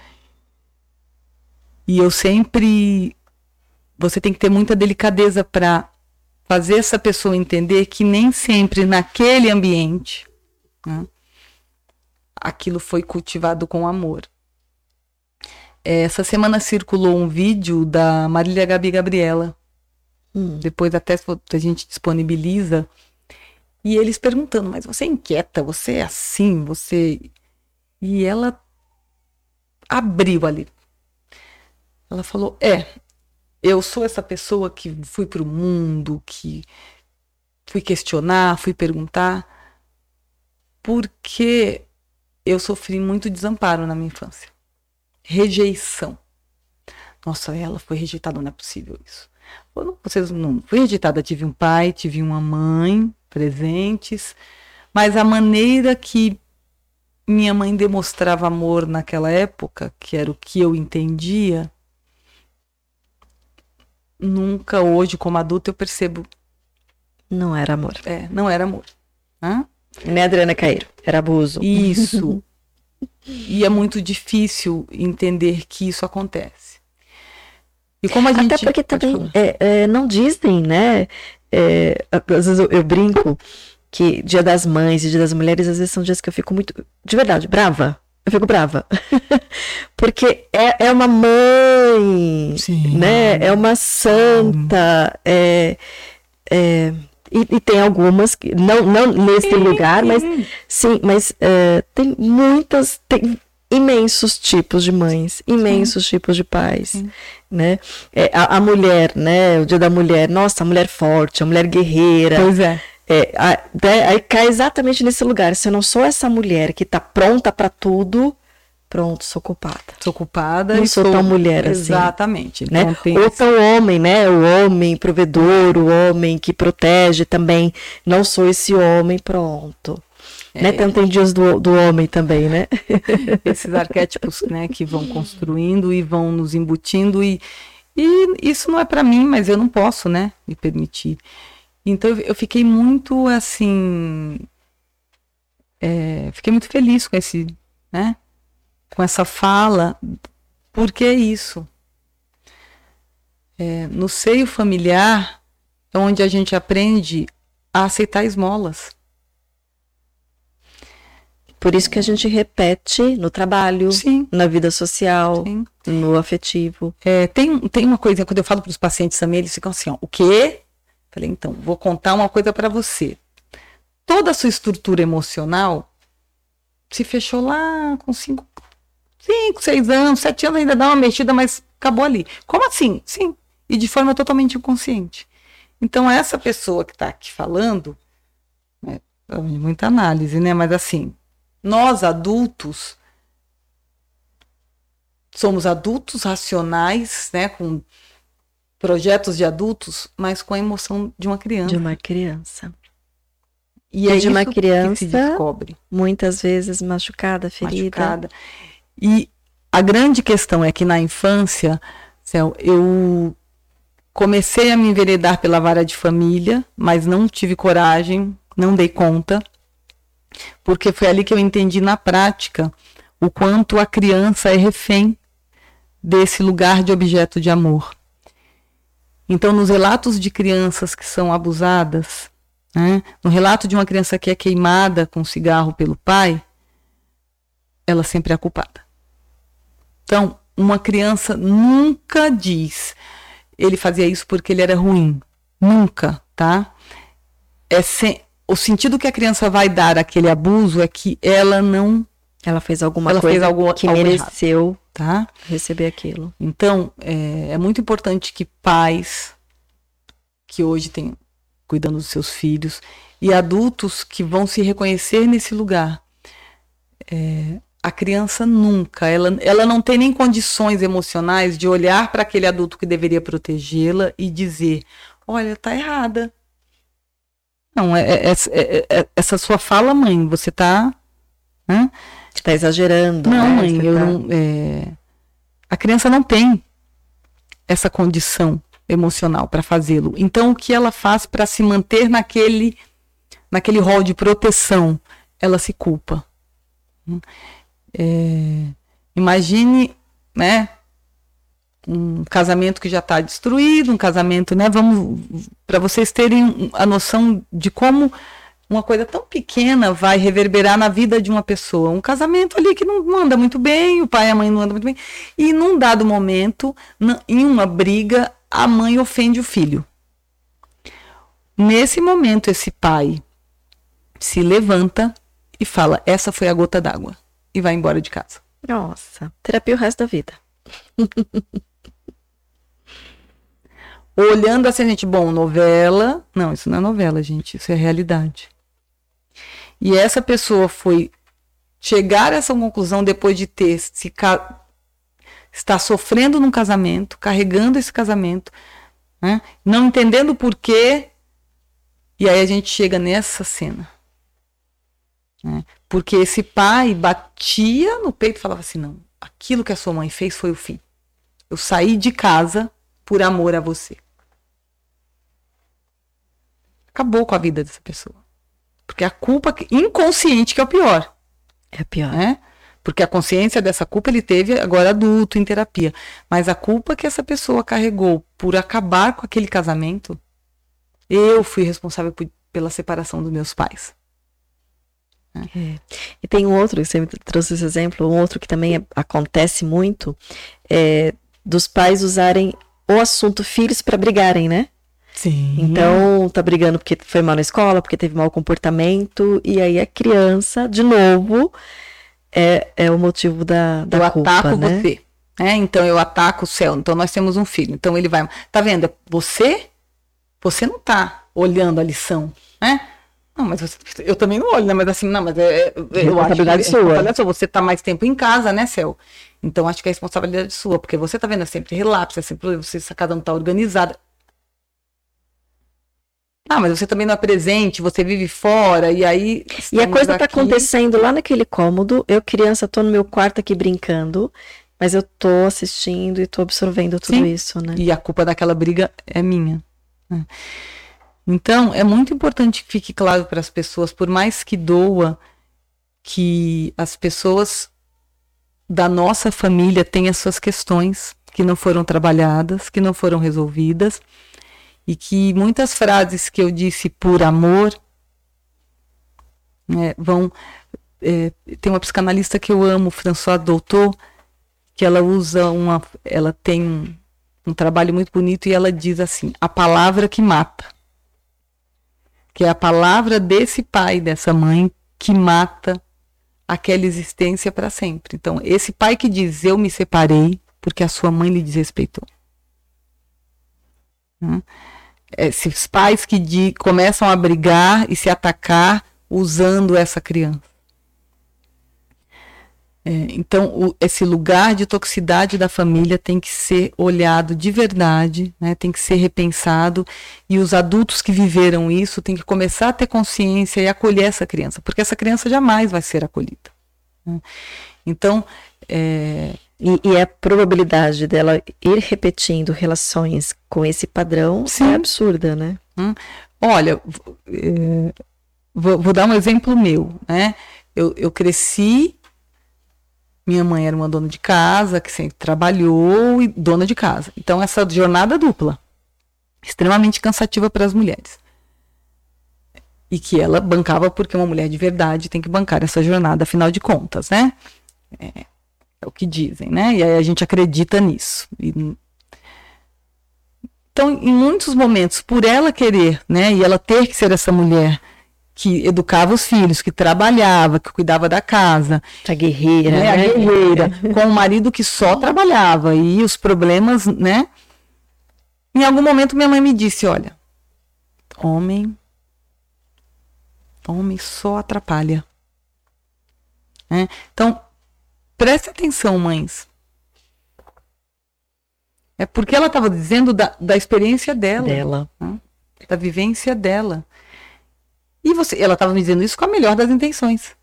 E eu sempre... Você tem que ter muita delicadeza para fazer essa pessoa entender que nem sempre naquele ambiente, né, aquilo foi cultivado com amor. Essa semana circulou um vídeo da Marília Gabi Gabriela. Hum. Depois até a gente disponibiliza. E eles perguntando, mas você é inquieta, você é assim, você... E ela abriu ali. Ela falou, é, eu sou essa pessoa que fui para o mundo, que fui questionar, fui perguntar, porque eu sofri muito desamparo na minha infância. Rejeição. Nossa, ela foi rejeitada, não é possível isso. Eu não, vocês não fui rejeitada, tive um pai, tive uma mãe presentes, mas a maneira que minha mãe demonstrava amor naquela época, que era o que eu entendia, nunca hoje, como adulta, eu percebo. Não era amor. É, não era amor. Hã? Nem a Adriana Caeiro, era abuso. Isso. E é muito difícil entender que isso acontece. E como a gente... Até porque também é, é, não dizem, né? É, às vezes eu, eu brinco que Dia das Mães e Dia das Mulheres, às vezes são dias que eu fico muito, de verdade, brava. Eu fico brava. Porque é, é uma mãe, sim, né? É uma santa. É, é, e, e tem algumas, que, não, não nesse sim, lugar, sim. mas sim, mas é, tem muitas, tem imensos tipos de mães, imensos sim. tipos de pais, sim. né? É, a, a mulher, né? O Dia da Mulher, nossa, a mulher forte, a mulher guerreira. Pois é. É, aí cai exatamente nesse lugar. Se eu não sou essa mulher que tá pronta para tudo, pronto, sou culpada. Sou culpada não e sou, sou tão mulher exatamente. assim. Né? Então, ou tão homem, né? O homem provedor, o homem que protege também. Não sou esse homem, pronto. É. Né? Então tem dias do, do homem também, né? Esses arquétipos, né, que vão construindo e vão nos embutindo e, e isso não é para mim, mas eu não posso, né, me permitir. Então eu fiquei muito assim, é, fiquei muito feliz com esse, né, com essa fala, porque é isso. É, no seio familiar é onde a gente aprende a aceitar esmolas. Por isso que a gente repete no trabalho, sim. na vida social, sim. no afetivo. É, tem, tem uma coisa, quando eu falo para os pacientes também, eles ficam assim, ó, o quê? Falei, então, vou contar uma coisa para você. Toda a sua estrutura emocional se fechou lá com cinco, cinco, seis anos, sete anos, ainda dá uma mexida, mas acabou ali. Como assim? Sim. E de forma totalmente inconsciente. Então, essa pessoa que está aqui falando, né, muita análise, né? Mas assim, nós adultos somos adultos racionais, né? Com projetos de adultos, mas com a emoção de uma criança. De uma criança. E é de uma isso criança, que se descobre. Muitas vezes machucada, ferida. Machucada. E a grande questão é que na infância, Céu, eu comecei a me enveredar pela vara de família, mas não tive coragem, não dei conta, porque foi ali que eu entendi na prática o quanto a criança é refém desse lugar de objeto de amor. Então, nos relatos de crianças que são abusadas, né, no relato de uma criança que é queimada com cigarro pelo pai, ela sempre é a culpada. Então, uma criança nunca diz, ele fazia isso porque ele era ruim. Nunca, tá? É sem, o sentido que a criança vai dar àquele abuso é que ela não... Ela fez alguma ela coisa fez algo, que algo mereceu, errado, tá? Receber aquilo. Então, é, é muito importante que pais que hoje têm cuidando dos seus filhos e adultos que vão se reconhecer nesse lugar. É, a criança nunca, ela, ela não tem nem condições emocionais de olhar para aquele adulto que deveria protegê-la e dizer, olha, tá errada. Não, é, é, é, é essa sua fala, mãe, você tá... Né? Está exagerando. Não, né? mãe, Você eu tá... não, é... a criança não tem essa condição emocional para fazê-lo. Então, o que ela faz para se manter naquele, naquele rol de proteção? Ela se culpa. É... Imagine, né, um casamento que já está destruído, um casamento, né, vamos, para vocês terem a noção de como uma coisa tão pequena vai reverberar na vida de uma pessoa. Um casamento ali que não anda muito bem, o pai e a mãe não andam muito bem, e num dado momento, em uma briga, a mãe ofende o filho. Nesse momento, esse pai se levanta e fala, essa foi a gota d'água, e vai embora de casa. Nossa, terapia o resto da vida. Olhando assim, gente, bom, novela... Não, isso não é novela, gente, isso é realidade. E essa pessoa foi chegar a essa conclusão depois de ter se ca... estar sofrendo num casamento, carregando esse casamento, né? Não entendendo o porquê, e aí a gente chega nessa cena. Né? Porque esse pai batia no peito e falava assim, não, aquilo que a sua mãe fez foi o fim. Eu saí de casa por amor a você. Acabou com a vida dessa pessoa. Porque a culpa inconsciente que é o pior. É pior. Né? Porque a consciência dessa culpa ele teve agora adulto, em terapia. Mas a culpa que essa pessoa carregou por acabar com aquele casamento, eu fui responsável por, pela separação dos meus pais. É. E tem um outro, você me trouxe esse exemplo, um outro que também é, acontece muito, é, dos pais usarem o assunto filhos para brigarem, né? Sim. Então, tá brigando porque foi mal na escola, porque teve mau comportamento, e aí a criança, de novo, é, é o motivo da, da eu culpa, ataco né? você. É, então, eu ataco o céu. Então, nós temos um filho. Então, ele vai... Tá vendo? Você, você não tá olhando a lição, né? Não, mas você, eu também não olho, né? Mas assim, não, mas é... Eu acho que é responsabilidade sua. Você tá mais tempo em casa, né, Céu? Então, acho que é responsabilidade sua, porque você tá vendo, é sempre relapso, é sempre... Você, essa casa não tá organizada. Ah, mas você também não é presente, você vive fora, e aí... E a coisa tá aqui... acontecendo lá naquele cômodo, eu criança tô no meu quarto aqui brincando, mas eu tô assistindo e tô absorvendo tudo Sim. isso, né? E a culpa daquela briga é minha. Né? Então, é muito importante que fique claro para as pessoas, por mais que doa, que as pessoas da nossa família têm as suas questões que não foram trabalhadas, que não foram resolvidas, e que muitas frases que eu disse por amor, né, vão... É, tem uma psicanalista que eu amo, Françoise Doutor, que ela usa uma... Ela tem um, um trabalho muito bonito e ela diz assim, a palavra que mata. Que é a palavra desse pai, dessa mãe, que mata aquela existência para sempre. Então, esse pai que diz, eu me separei porque a sua mãe lhe desrespeitou. Hum? esses pais que de, começam a brigar e se atacar usando essa criança. É, então, o, esse lugar de toxicidade da família tem que ser olhado de verdade, né, tem que ser repensado, e os adultos que viveram isso têm que começar a ter consciência e acolher essa criança, porque essa criança jamais vai ser acolhida. Né? Então, é... e, e a probabilidade dela ir repetindo relações com esse padrão Sim. é absurda, né? Hum. Olha, é... vou, vou dar um exemplo meu, né? Eu, eu cresci. Minha mãe era uma dona de casa, que sempre trabalhou, e dona de casa. Então, essa jornada dupla, extremamente cansativa para as mulheres. E que ela bancava, porque uma mulher de verdade tem que bancar essa jornada, afinal de contas, né? É, é o que dizem, né? E aí a gente acredita nisso. E... Então, em muitos momentos, por ela querer, né, e ela ter que ser essa mulher que educava os filhos, que trabalhava, que cuidava da casa. A guerreira, né? né? A guerreira, com o marido que só trabalhava. E os problemas, né? Em algum momento minha mãe me disse, olha, homem, homem só atrapalha. Né? Então, preste atenção, mães. É porque ela estava dizendo da, da experiência dela. Dela. Né? Da vivência dela. E você, ela estava me dizendo isso com a melhor das intenções.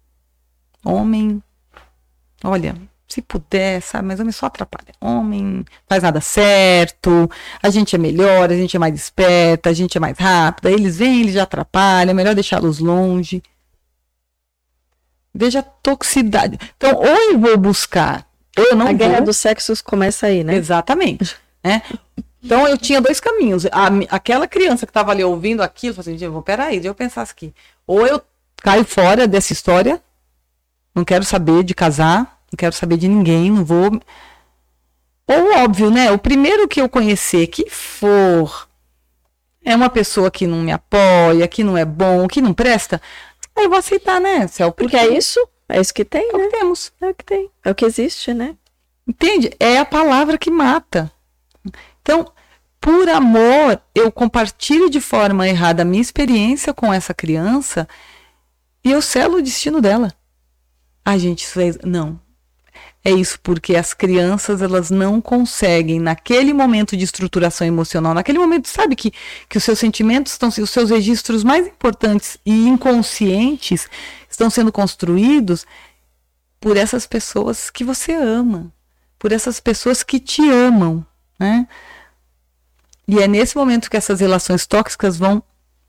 Homem, olha, se puder, sabe, mas homem só atrapalha. Homem faz nada certo, a gente é melhor, a gente é mais esperta, a gente é mais rápida, eles vêm, eles já atrapalham, é melhor deixá-los longe. Veja a toxicidade. Então, ou eu vou buscar, ou eu não A guerra vou... dos sexos começa aí, né? Exatamente. Né? Então, eu tinha dois caminhos. A, aquela criança que estava ali ouvindo aquilo, eu falei assim, eu vou, peraí, deixa eu pensar aqui. Ou eu caio fora dessa história, não quero saber de casar, não quero saber de ninguém, não vou... Ou, óbvio, né? O primeiro que eu conhecer que for é uma pessoa que não me apoia, que não é bom, que não presta, aí eu vou aceitar, né, Céu? Porque é isso, é isso que tem, é né? o que temos. É o que tem, é o que existe, né? Entende? É a palavra que mata. Então, por amor, eu compartilho de forma errada a minha experiência com essa criança e eu selo o destino dela. Ah, gente, isso é... Não. É isso porque as crianças, elas não conseguem, naquele momento de estruturação emocional, naquele momento, sabe, que, que os seus sentimentos estão, os seus registros mais importantes e inconscientes estão sendo construídos por essas pessoas que você ama, por essas pessoas que te amam, né? E é nesse momento que essas relações tóxicas vão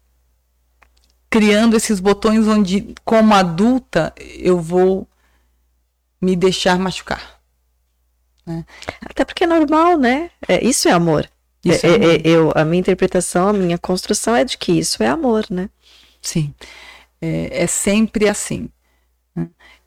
criando esses botões onde, como adulta, eu vou me deixar machucar. Né? Até porque é normal, né? É, isso é amor. Isso é, é amor. É, eu, a minha interpretação, a minha construção é de que isso é amor, né? Sim. É, é sempre assim. Né?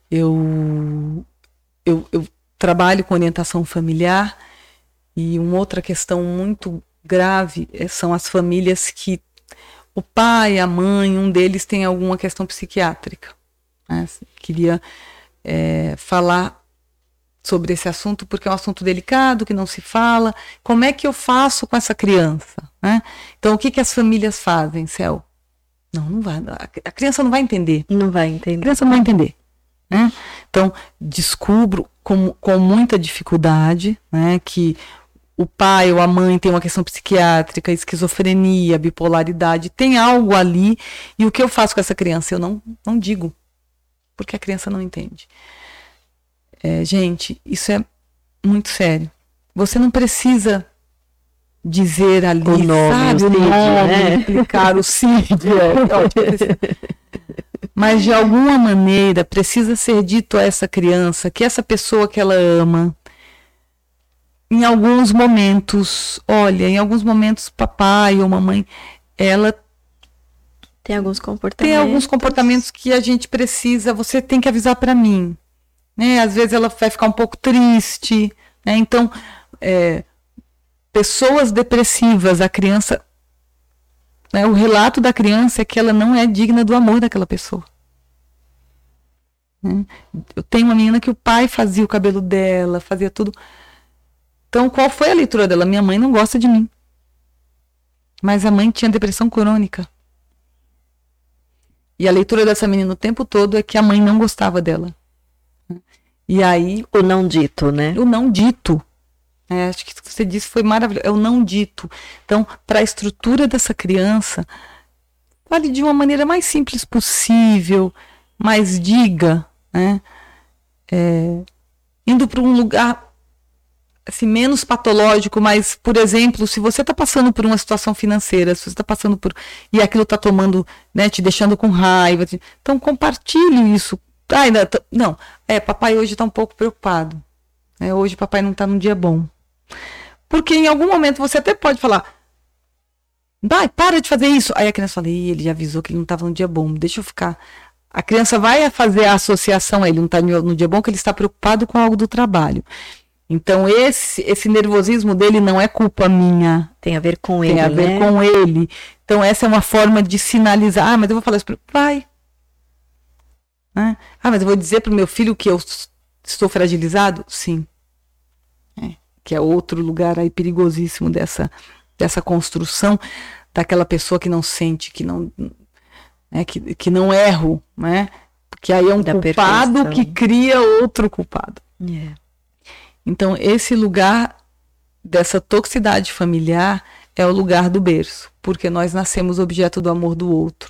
Eu, eu, eu trabalho com orientação familiar e uma outra questão muito grave são as famílias que o pai, a mãe, um deles tem alguma questão psiquiátrica. Né? Queria é, falar sobre esse assunto porque é um assunto delicado, que não se fala. Como é que eu faço com essa criança? Né? Então, o que, que as famílias fazem, Céu? Não, não vai. A criança não vai entender. Não vai entender. A criança não vai entender. Né? Então, descubro com, com muita dificuldade, né, que o pai ou a mãe tem uma questão psiquiátrica, esquizofrenia, bipolaridade, tem algo ali, e o que eu faço com essa criança? Eu não, não digo, porque a criança não entende. É, gente, isso é muito sério. Você não precisa dizer ali, o nome, sabe, o o C I D, nome, né? explicar o C I D, é, mas de alguma maneira precisa ser dito a essa criança que essa pessoa que ela ama, em alguns momentos, olha, em alguns momentos papai ou mamãe, ela tem alguns comportamentos. Tem alguns comportamentos que a gente precisa, você tem que avisar para mim, né? Às vezes ela vai ficar um pouco triste, né? Então, é, pessoas depressivas, a criança, né? O relato da criança é que ela não é digna do amor daquela pessoa. Né? Eu tenho uma menina que o pai fazia o cabelo dela, fazia tudo. Então, qual foi a leitura dela? Minha mãe não gosta de mim. Mas a mãe tinha depressão crônica. E a leitura dessa menina o tempo todo é que a mãe não gostava dela. E aí... O não dito, né? O não dito. É, acho que isso que você disse foi maravilhoso. É o não dito. Então, para a estrutura dessa criança, fale de uma maneira mais simples possível, mais diga, né? É, indo para um lugar assim, menos patológico, mas, por exemplo, se você está passando por uma situação financeira, se você está passando por... e aquilo está tomando, né, te deixando com raiva, então compartilhe isso. Ah, ainda tô, não, é, papai hoje está um pouco preocupado. É, hoje papai não está num dia bom. Porque em algum momento você até pode falar, vai, para de fazer isso. Aí a criança fala, Ih, ele já avisou que ele não estava num dia bom, deixa eu ficar. A criança vai fazer a associação, ele não está no dia bom, que ele está preocupado com algo do trabalho. Então, esse, esse nervosismo dele não é culpa minha. Tem a ver com ele, Tem a ver né? com ele. Então, essa é uma forma de sinalizar. Ah, mas eu vou falar isso para ele. Vai. Né? Ah, mas eu vou dizer para o meu filho que eu estou fragilizado? Sim. É, que é outro lugar aí perigosíssimo dessa, dessa construção daquela pessoa que não sente, que não, né, que, que não erro, né? Porque aí é um Da culpado perfeição. que cria outro culpado. É. Então, esse lugar dessa toxicidade familiar é o lugar do berço, porque nós nascemos objeto do amor do outro.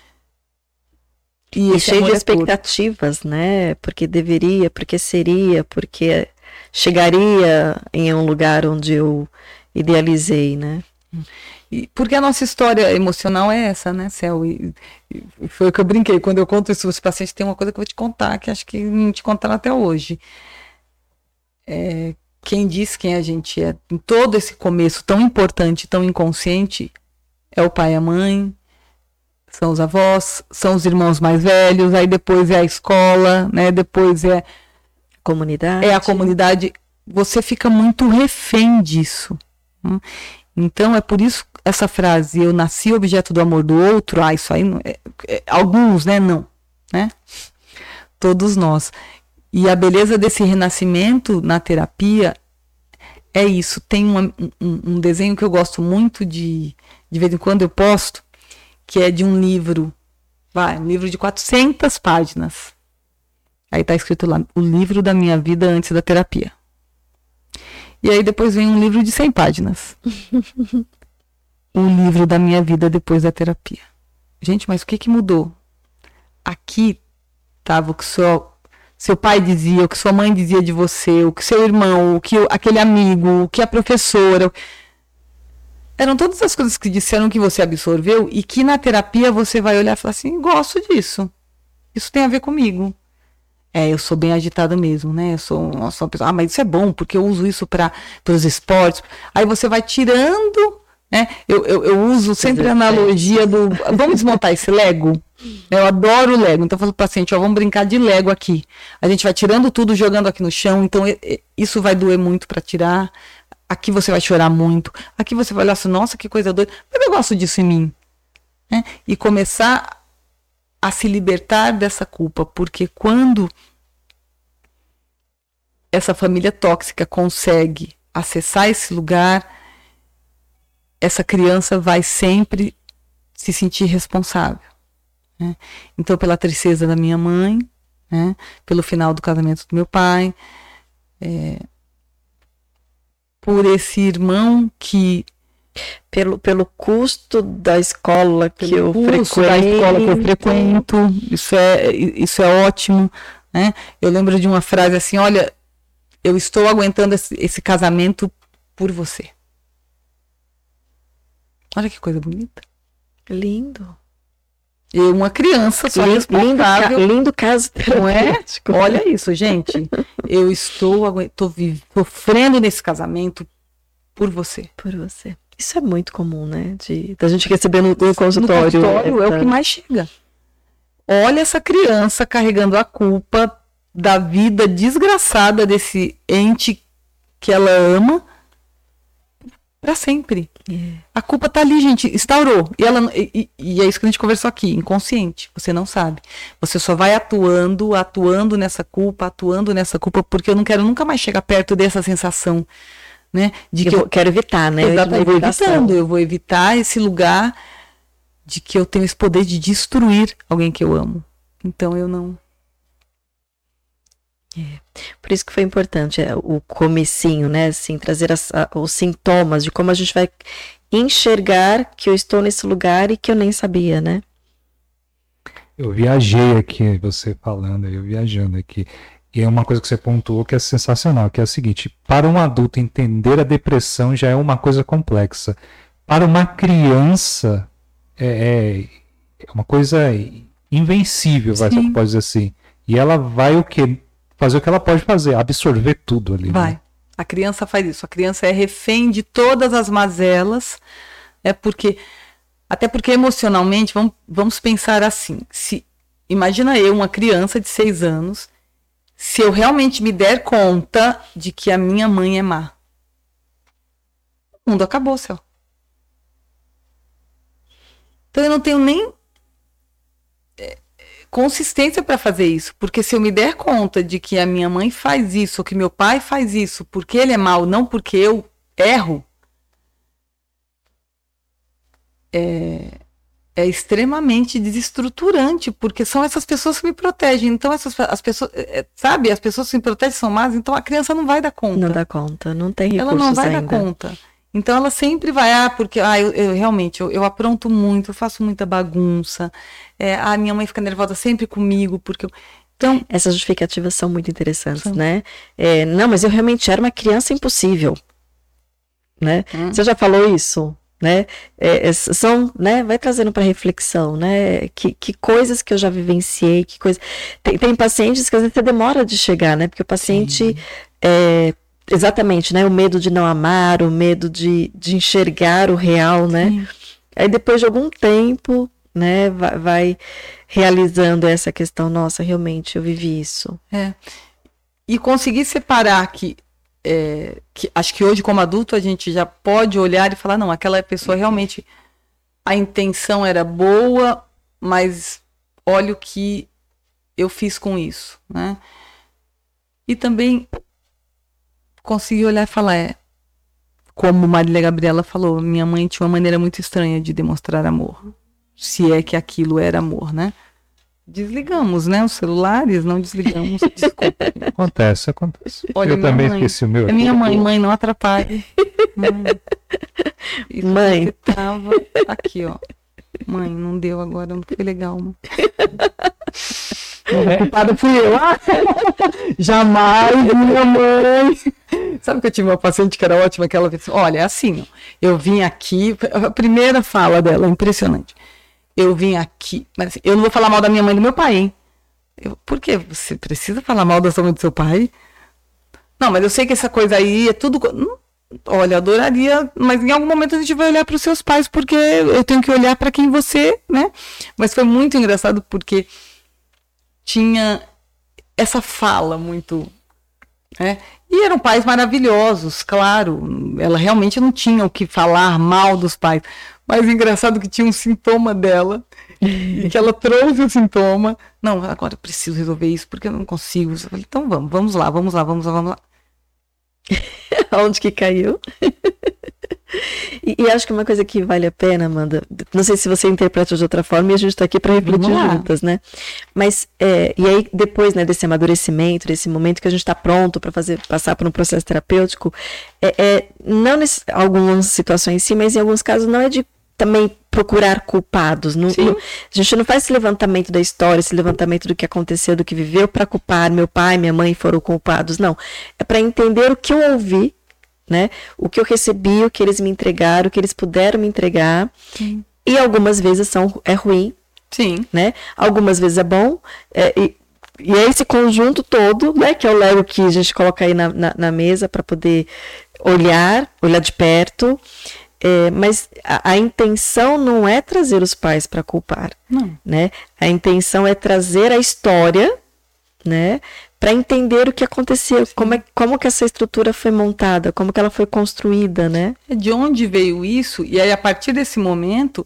E, esse cheio amor de é expectativas, né? Porque deveria, porque seria, porque chegaria em um lugar onde eu idealizei, né? E porque a nossa história emocional é essa, né, Céu? E, e foi o que eu brinquei. Quando eu conto isso para os pacientes, tem uma coisa que eu vou te contar, que acho que não te contaram até hoje. É, quem diz quem a gente é, em todo esse começo tão importante, tão inconsciente, é o pai e a mãe, são os avós, são os irmãos mais velhos, aí depois é a escola, né? Depois é, Comunidade. é a comunidade. Você fica muito refém disso. Né? Então é por isso essa frase, eu nasci objeto do amor do outro, ah, isso aí, não é, é, alguns, né? Não, né? Todos nós. E a beleza desse renascimento na terapia é isso. Tem uma, um, um desenho que eu gosto muito de, de vez em quando eu posto, que é de um livro, vai, um livro de quatrocentas páginas. Aí tá escrito lá, o livro da minha vida antes da terapia. E aí depois vem um livro de cem páginas. O livro da minha vida depois da terapia. Gente, mas o que que mudou? Aqui tava o que seu, seu pai dizia, o que sua mãe dizia de você, o que seu irmão, o que aquele amigo, o que a professora... Eram todas as coisas que disseram que você absorveu e que na terapia você vai olhar e falar assim, gosto disso. Isso tem a ver comigo. É, eu sou bem agitada mesmo, né? Eu sou, eu sou uma pessoa, ah, mas isso é bom, porque eu uso isso para os esportes. Aí você vai tirando, né? Eu, eu, eu uso sempre a analogia do... Vamos desmontar esse Lego? Eu adoro Lego. Então eu falo para o paciente, ó, vamos brincar de Lego aqui. A gente vai tirando tudo, jogando aqui no chão. Então isso vai doer muito para tirar. Aqui você vai chorar muito. Aqui você vai olhar assim, nossa, que coisa doida. Mas eu gosto disso em mim. Né? E começar a se libertar dessa culpa. Porque quando essa família tóxica consegue acessar esse lugar, essa criança vai sempre se sentir responsável. Né? Então, pela tristeza da minha mãe, né? Pelo final do casamento do meu pai, é, por esse irmão que... Pelo, pelo custo da escola que eu frequento. Da escola que eu frequento, isso é, isso é ótimo. Né? Eu lembro de uma frase assim, olha, eu estou aguentando esse, esse casamento por você. Olha que coisa bonita. Lindo. Eu, uma criança, só lindo, responsável. Lindo, lindo caso não é? Olha isso, gente. Eu estou tô sofrendo nesse casamento por você. Por você. Isso é muito comum, né? De, da gente receber no, no consultório. No consultório essa... é o que mais chega. Olha essa criança carregando a culpa da vida desgraçada desse ente que ela ama para sempre. Yeah. A culpa tá ali, gente, instaurou. E, ela, e, e é isso que a gente conversou aqui, inconsciente. Você não sabe. Você só vai atuando, atuando nessa culpa, atuando nessa culpa, porque eu não quero nunca mais chegar perto dessa sensação né? De eu que vou, eu quero evitar, né? Exatamente, eu vou evitando, eu vou evitar esse lugar de que eu tenho esse poder de destruir alguém que eu amo. Então eu não... É. Por isso que foi importante é, o comecinho, né? Assim, trazer as, a, os sintomas de como a gente vai enxergar que eu estou nesse lugar e que eu nem sabia, né? Eu viajei aqui, você falando, eu viajando aqui. E é uma coisa que você pontuou que é sensacional, que é o seguinte, para um adulto entender a depressão já é uma coisa complexa. Para uma criança é, é uma coisa invencível, vai, se pode dizer assim. E ela vai o quê? Fazer o que ela pode fazer, absorver tudo ali. Vai. Né? A criança faz isso. A criança é refém de todas as mazelas. É porque, até porque emocionalmente, vamos, vamos pensar assim. Se, imagina eu, uma criança de seis anos, se eu realmente me der conta de que a minha mãe é má. O mundo acabou, céu. Então eu não tenho nem consistência para fazer isso, porque se eu me der conta de que a minha mãe faz isso, ou que meu pai faz isso, porque ele é mau, não porque eu erro, é, é extremamente desestruturante, porque são essas pessoas que me protegem. Então essas as pessoas, é, sabe, as pessoas que me protegem são más, então a criança não vai dar conta. Não dá conta, não tem recursos Ela não vai ainda. dar conta. Então ela sempre vai, ah, porque ah, eu, eu realmente, eu, eu apronto muito, eu faço muita bagunça, é, a minha mãe fica nervosa sempre comigo, porque eu... Então, essas justificativas são muito interessantes, são. né? É, não, mas eu realmente era uma criança impossível, né? Hum. Você já falou isso, né? É, são, né? Vai trazendo para reflexão, né? Que, que coisas que eu já vivenciei, que coisa... Tem, tem pacientes que às vezes você demora de chegar, né? Porque o paciente... É, exatamente, né? O medo de não amar, o medo de, de enxergar o real, né? Sim. Aí depois de algum tempo, né? Vai, vai realizando essa questão, nossa, realmente eu vivi isso. É. E conseguir separar que, é, que acho que hoje como adulto a gente já pode olhar e falar, não, aquela pessoa realmente, a intenção era boa, mas olha o que eu fiz com isso, né? E também conseguir olhar e falar, é, como Marília Gabriela falou, minha mãe tinha uma maneira muito estranha de demonstrar amor. Se é que aquilo era amor, né? Desligamos, né? Os celulares, não desligamos. Desculpa. Acontece, acontece. Olha, eu também mãe, esqueci o meu. É minha mãe, mãe, não atrapalhe. Mãe. Isso mãe. Tava aqui, ó. Mãe, não deu agora, não foi legal, mãe. O culpado fui eu. Ah, jamais, minha mãe. Sabe que eu tive uma paciente que era ótima, que ela disse, olha, é assim, ó, eu vim aqui, a primeira fala dela, impressionante. Eu vim aqui, mas assim, eu não vou falar mal da minha mãe e do meu pai, hein? Eu, por quê? Você precisa falar mal da sua mãe e do seu pai? Não, mas eu sei que essa coisa aí é tudo... Hum, olha, adoraria, mas em algum momento a gente vai olhar para os seus pais, porque eu tenho que olhar para quem você, né? Mas foi muito engraçado, porque tinha essa fala muito... Né? E eram pais maravilhosos, claro. Ela realmente não tinha o que falar mal dos pais. Mas engraçado que tinha um sintoma dela, e que ela trouxe o sintoma. Não, agora eu preciso resolver isso, porque eu não consigo. Eu falei, então vamos, vamos lá, vamos lá, vamos lá, vamos lá. Onde que caiu? e, e acho que uma coisa que vale a pena, Amanda, não sei se você interpreta de outra forma, e a gente está aqui para refletir juntas, né? Mas, é, e aí depois, né, desse amadurecimento, desse momento que a gente está pronto para fazer, passar por um processo terapêutico, é, é, não em algumas situações sim, mas em alguns casos não é de também procurar culpados. Não, não, a gente não faz esse levantamento da história, esse levantamento do que aconteceu, do que viveu, para culpar meu pai, minha mãe foram culpados. Não. É para entender o que eu ouvi, né? O que eu recebi, o que eles me entregaram, o que eles puderam me entregar. Sim. E algumas vezes são, é ruim. Sim. Né? Algumas vezes é bom. É, e, e é esse conjunto todo, né? Que é o Lego que a gente coloca aí na, na, na mesa para poder olhar, olhar de perto. É, mas a, a intenção não é trazer os pais para culpar, não. Né? A intenção é trazer a história, né, para entender o que aconteceu, como, é, como que essa estrutura foi montada, como que ela foi construída, né? De onde veio isso? E aí a partir desse momento,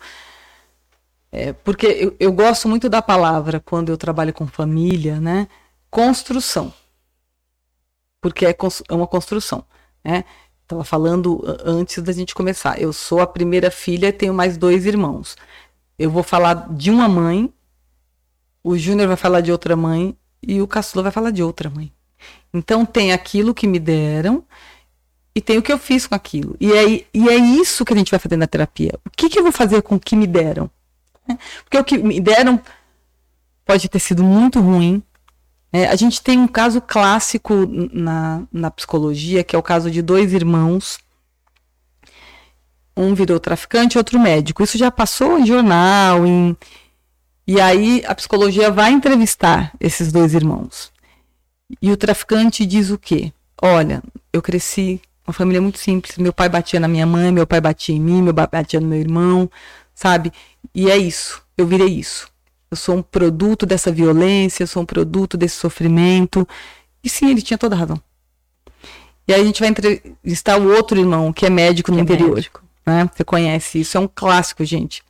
é, porque eu, eu gosto muito da palavra quando eu trabalho com família, né? Construção, porque é, é uma construção, né? Estava falando antes da gente começar. Eu sou a primeira filha e tenho mais dois irmãos. Eu vou falar de uma mãe, o Júnior vai falar de outra mãe e o Caçula vai falar de outra mãe. Então tem aquilo que me deram e tem o que eu fiz com aquilo. E é, e é isso que a gente vai fazer na terapia. O que, que eu vou fazer com o que me deram? Porque o que me deram pode ter sido muito ruim. É, a gente tem um caso clássico na, na psicologia, que é o caso de dois irmãos. Um virou traficante, outro médico. Isso já passou em jornal. Em... E aí a psicologia vai entrevistar esses dois irmãos. E o traficante diz o quê? Olha, eu cresci uma família muito simples. Meu pai batia na minha mãe, meu pai batia em mim, meu pai batia no meu irmão, sabe? E é isso, eu virei isso. Eu sou um produto dessa violência, eu sou um produto desse sofrimento. E sim, ele tinha toda a razão. E aí a gente vai entrevistar o outro irmão, que é médico no que interior. Médico. Né? Você conhece isso, é um clássico, gente.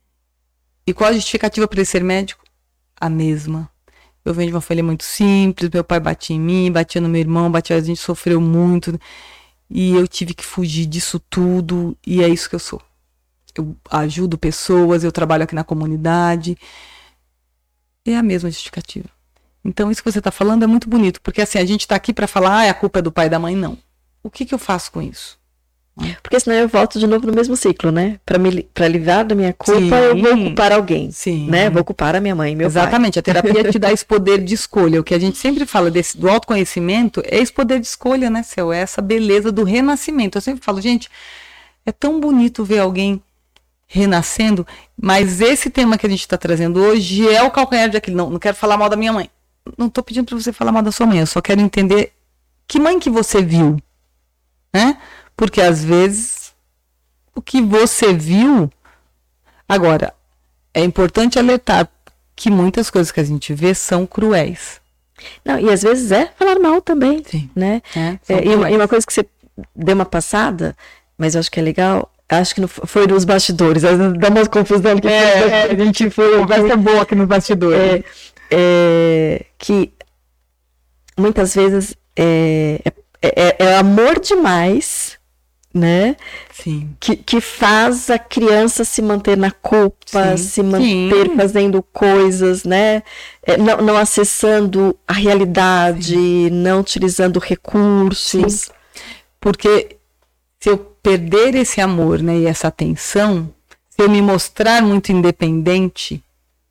E qual a justificativa para ele ser médico? A mesma. Eu venho de uma família muito simples, meu pai batia em mim, batia no meu irmão, batia, a gente sofreu muito. E eu tive que fugir disso tudo, e é isso que eu sou. Eu ajudo pessoas, eu trabalho aqui na comunidade. É a mesma justificativa. Então, isso que você está falando é muito bonito, porque assim, a gente está aqui para falar, ah, a culpa é do pai e da mãe, não. O que, que eu faço com isso? Porque senão eu volto de novo no mesmo ciclo, né? Para me para livrar da minha culpa, sim, eu vou culpar alguém, sim, né? Vou culpar a minha mãe e meu exatamente, pai. A terapia te dá esse poder de escolha. O que a gente sempre fala desse, do autoconhecimento é esse poder de escolha, né, Céu? É essa beleza do renascimento. Eu sempre falo, gente, é tão bonito ver alguém renascendo, mas esse tema que a gente está trazendo hoje é o calcanhar de Aquiles. Não, não quero falar mal da minha mãe. Não estou pedindo para você falar mal da sua mãe, eu só quero entender que mãe que você viu, né? Porque às vezes o que você viu... Agora, é importante alertar que muitas coisas que a gente vê são cruéis. Não, e às vezes é falar mal também, sim, né? É, é, e, uma, e uma coisa que você deu uma passada, mas eu acho que é legal, acho que não foi nos bastidores, às vezes dá uma confusão. Que é, é, a gente foi uma conversa boa aqui nos bastidores. É, é, que muitas vezes é, é, é amor demais, né? Sim. Que, que faz a criança se manter na culpa, sim, se manter sim. fazendo coisas, né? É, não, não acessando a realidade, sim. não utilizando recursos. Sim. Porque se eu perder esse amor, né, e essa atenção, se eu me mostrar muito independente,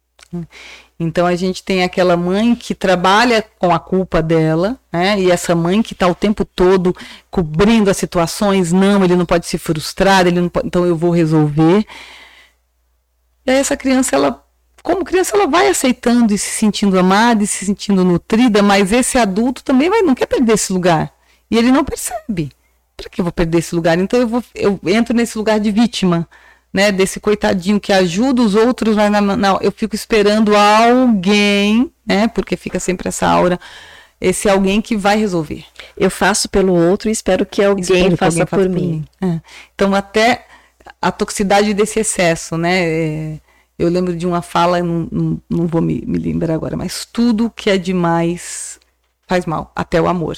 então a gente tem aquela mãe que trabalha com a culpa dela, né? E essa mãe que está o tempo todo cobrindo as situações, não, ele não pode se frustrar, ele não pode, então eu vou resolver. E aí essa criança, ela, como criança, ela vai aceitando e se sentindo amada e se sentindo nutrida, mas esse adulto também vai, não quer perder esse lugar. E ele não percebe. Para que eu vou perder esse lugar? Então eu, vou, eu entro nesse lugar de vítima, né, desse coitadinho que ajuda os outros, mas não, não, eu fico esperando alguém, né, porque fica sempre essa aura, esse alguém que vai resolver. Eu faço pelo outro e espero que alguém, espero faça, que alguém faça por, por mim. mim. É. Então até a toxicidade desse excesso, né, é, eu lembro de uma fala, não, não, não vou me, me lembrar agora, mas tudo que é demais faz mal, até o amor.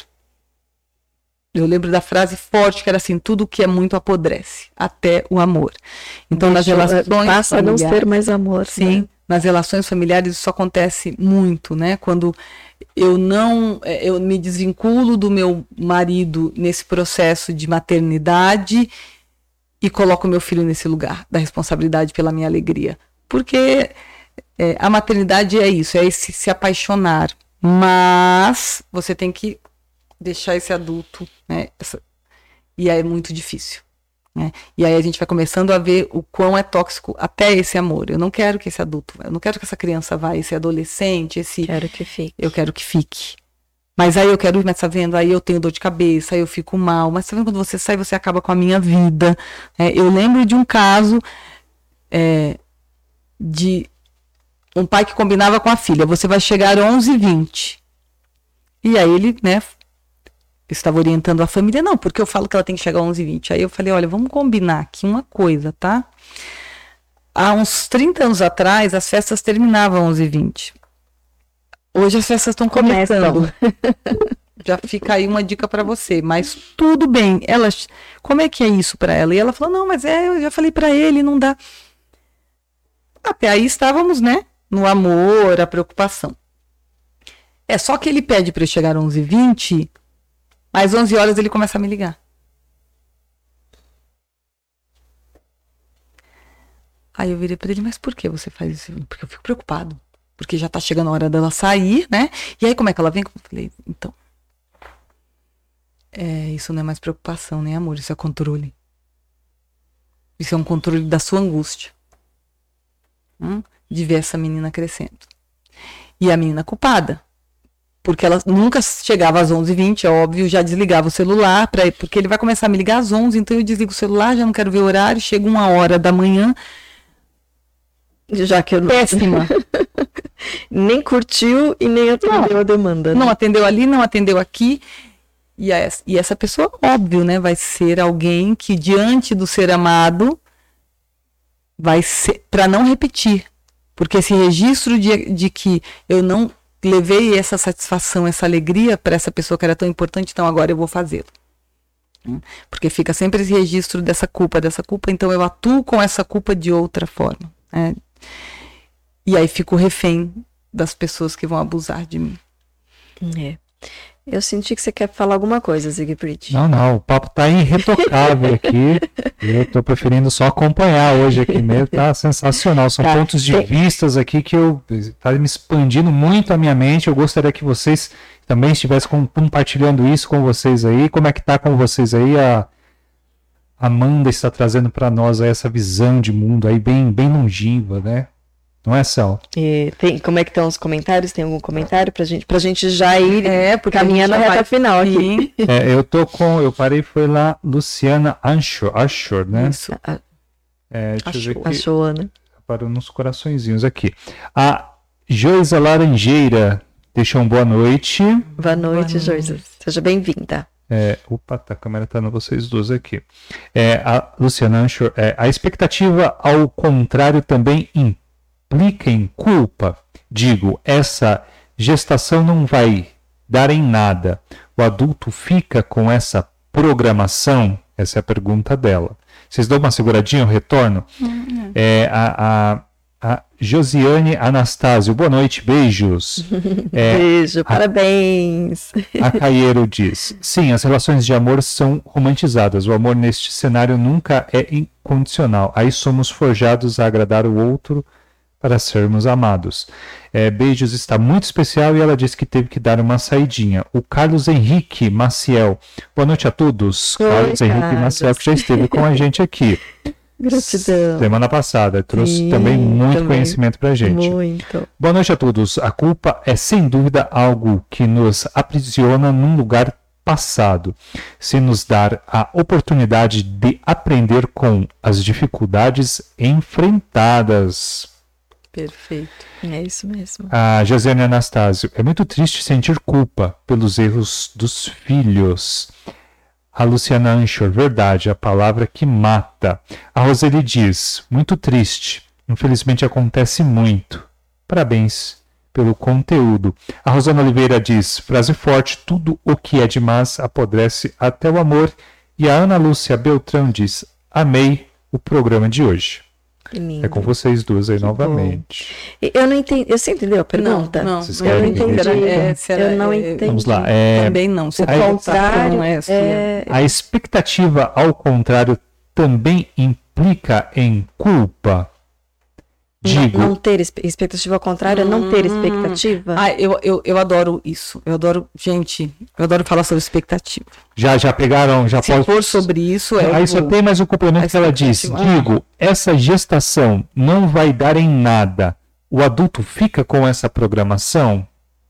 Eu lembro da frase forte que era assim, tudo que é muito apodrece, até o amor. Então, Deixa, nas relações passa a não ser mais amor. Sim, né? Nas relações familiares isso acontece muito, né? Quando eu não, eu me desvinculo do meu marido nesse processo de maternidade e coloco meu filho nesse lugar da responsabilidade pela minha alegria. Porque é, a maternidade é isso, é esse se apaixonar. Mas você tem que deixar esse adulto, né? Essa... E aí é muito difícil, né? E aí a gente vai começando a ver o quão é tóxico até esse amor. Eu não quero que esse adulto, eu não quero que essa criança vá, esse adolescente, esse... Quero que fique. Eu quero que fique. Mas aí eu quero, mas tá vendo, aí eu tenho dor de cabeça, aí eu fico mal. Mas tá vendo, quando você sai, você acaba com a minha vida. É, eu lembro de um caso é, de um pai que combinava com a filha, você vai chegar às onze e vinte. E aí ele, né... Eu estava orientando a família, não, porque eu falo que ela tem que chegar às onze e vinte. Aí eu falei, olha, vamos combinar aqui uma coisa, tá? Há uns trinta anos atrás, as festas terminavam às onze e vinte. Hoje as festas estão começando. Já fica aí uma dica para você, mas tudo bem. Ela, como é que é isso para ela? E ela falou: "Não, mas é, eu já falei para ele, não dá". Até aí estávamos, né, no amor, a preocupação. É só que ele pede para eu chegar às onze e vinte, às onze horas ele começa a me ligar. Aí eu virei para ele: "Mas por que você faz isso?" "Porque eu fico preocupado, porque já tá chegando a hora dela sair, né? E aí como é que ela vem?" Eu falei: "Então, é, isso não é mais preocupação, nem amor, isso é controle. Isso é um controle da sua angústia. Hum? De ver essa menina crescendo. E a menina culpada, porque ela nunca chegava às onze e vinte, é óbvio, já desligava o celular, pra, porque ele vai começar a me ligar às onze, então eu desligo o celular, já não quero ver o horário, chega uma hora da manhã, já que eu não... péssima. Nem curtiu e nem atendeu não, a demanda. Né? Não atendeu ali, não atendeu aqui. E, a, e essa pessoa, óbvio, né, vai ser alguém que, diante do ser amado, vai ser, para não repetir. Porque esse registro de, de que eu não levei essa satisfação, essa alegria para essa pessoa que era tão importante, então agora eu vou fazê-lo. Porque fica sempre esse registro dessa culpa, dessa culpa, então eu atuo com essa culpa de outra forma. Né? E aí fico refém das pessoas que vão abusar de mim. É. Eu senti que você quer falar alguma coisa, Siegfried. Não, não, o papo tá irretocável aqui. Eu tô preferindo só acompanhar hoje aqui mesmo, tá sensacional. São tá. pontos de vistas aqui que eu tá me expandindo muito a minha mente. Eu gostaria que vocês também estivessem compartilhando isso com vocês aí. Como é que tá com vocês aí? A Amanda está trazendo para nós aí essa visão de mundo aí bem, bem longínqua, né? Não é, Cel? E tem, como é que estão os comentários? Tem algum comentário pra gente, pra gente já ir é, caminhando a reta vai... final aqui? É, eu tô com, eu parei, foi lá, Luciana Anchor, Anchor, né? Isso. É, deixa achou, eu ver aqui. Achou, né? Parou nos coraçõezinhos aqui. A Joisa Laranjeira deixou um boa noite. Boa noite, Joisa. Seja bem-vinda. É, opa, tá, a câmera tá no vocês duas aqui. É, a Luciana Anchor, é, a expectativa ao contrário também implica implica em culpa. Digo, essa gestação não vai dar em nada. O adulto fica com essa programação? Essa é a pergunta dela. Vocês dão uma seguradinha, eu retorno? Uhum. É, a, a, a Josiane Anastásio, boa noite, beijos. É, Beijo, a, parabéns. A Caieiro diz, sim, as relações de amor são romantizadas. O amor neste cenário nunca é incondicional. Aí somos forjados a agradar o outro para sermos amados. É, beijos, está muito especial e ela disse que teve que dar uma saidinha. O Carlos Henrique Maciel. Boa noite a todos. Oi, Carlos Henrique Carlos. Maciel, que já esteve com a gente aqui. Gratidão. Semana passada. Trouxe Sim, também muito também. conhecimento para a gente. Muito. Boa noite a todos. A culpa é sem dúvida algo que nos aprisiona num lugar passado. Se nos dar a oportunidade de aprender com as dificuldades enfrentadas. Perfeito. É isso mesmo. A Josiane Anastásio. É muito triste sentir culpa pelos erros dos filhos. A Luciana Anchor. Verdade, a palavra que mata. A Roseli diz. Muito triste. Infelizmente acontece muito. Parabéns pelo conteúdo. A Rosana Oliveira diz. Frase forte. Tudo o que é demais apodrece até o amor. E a Ana Lúcia Beltrão diz. Amei o programa de hoje. É com vocês duas aí que novamente. Bom. Eu não entendi. Você entendeu a pergunta? Não, não. Vocês eu não entendi. É, eu não entendi. Vamos lá. É, também não. Se o contrário, é, é... A expectativa, ao contrário, também implica em culpa. Digo. Não, não ter expectativa ao contrário, hum, não ter expectativa. Ah, eu, eu, eu adoro isso. Eu adoro, gente, eu adoro falar sobre expectativa. Já, já pegaram, já Se pode... for sobre isso, é. Aí só tem mais um complemento que ela disse. Digo, essa gestação não vai dar em nada. O adulto fica com essa programação?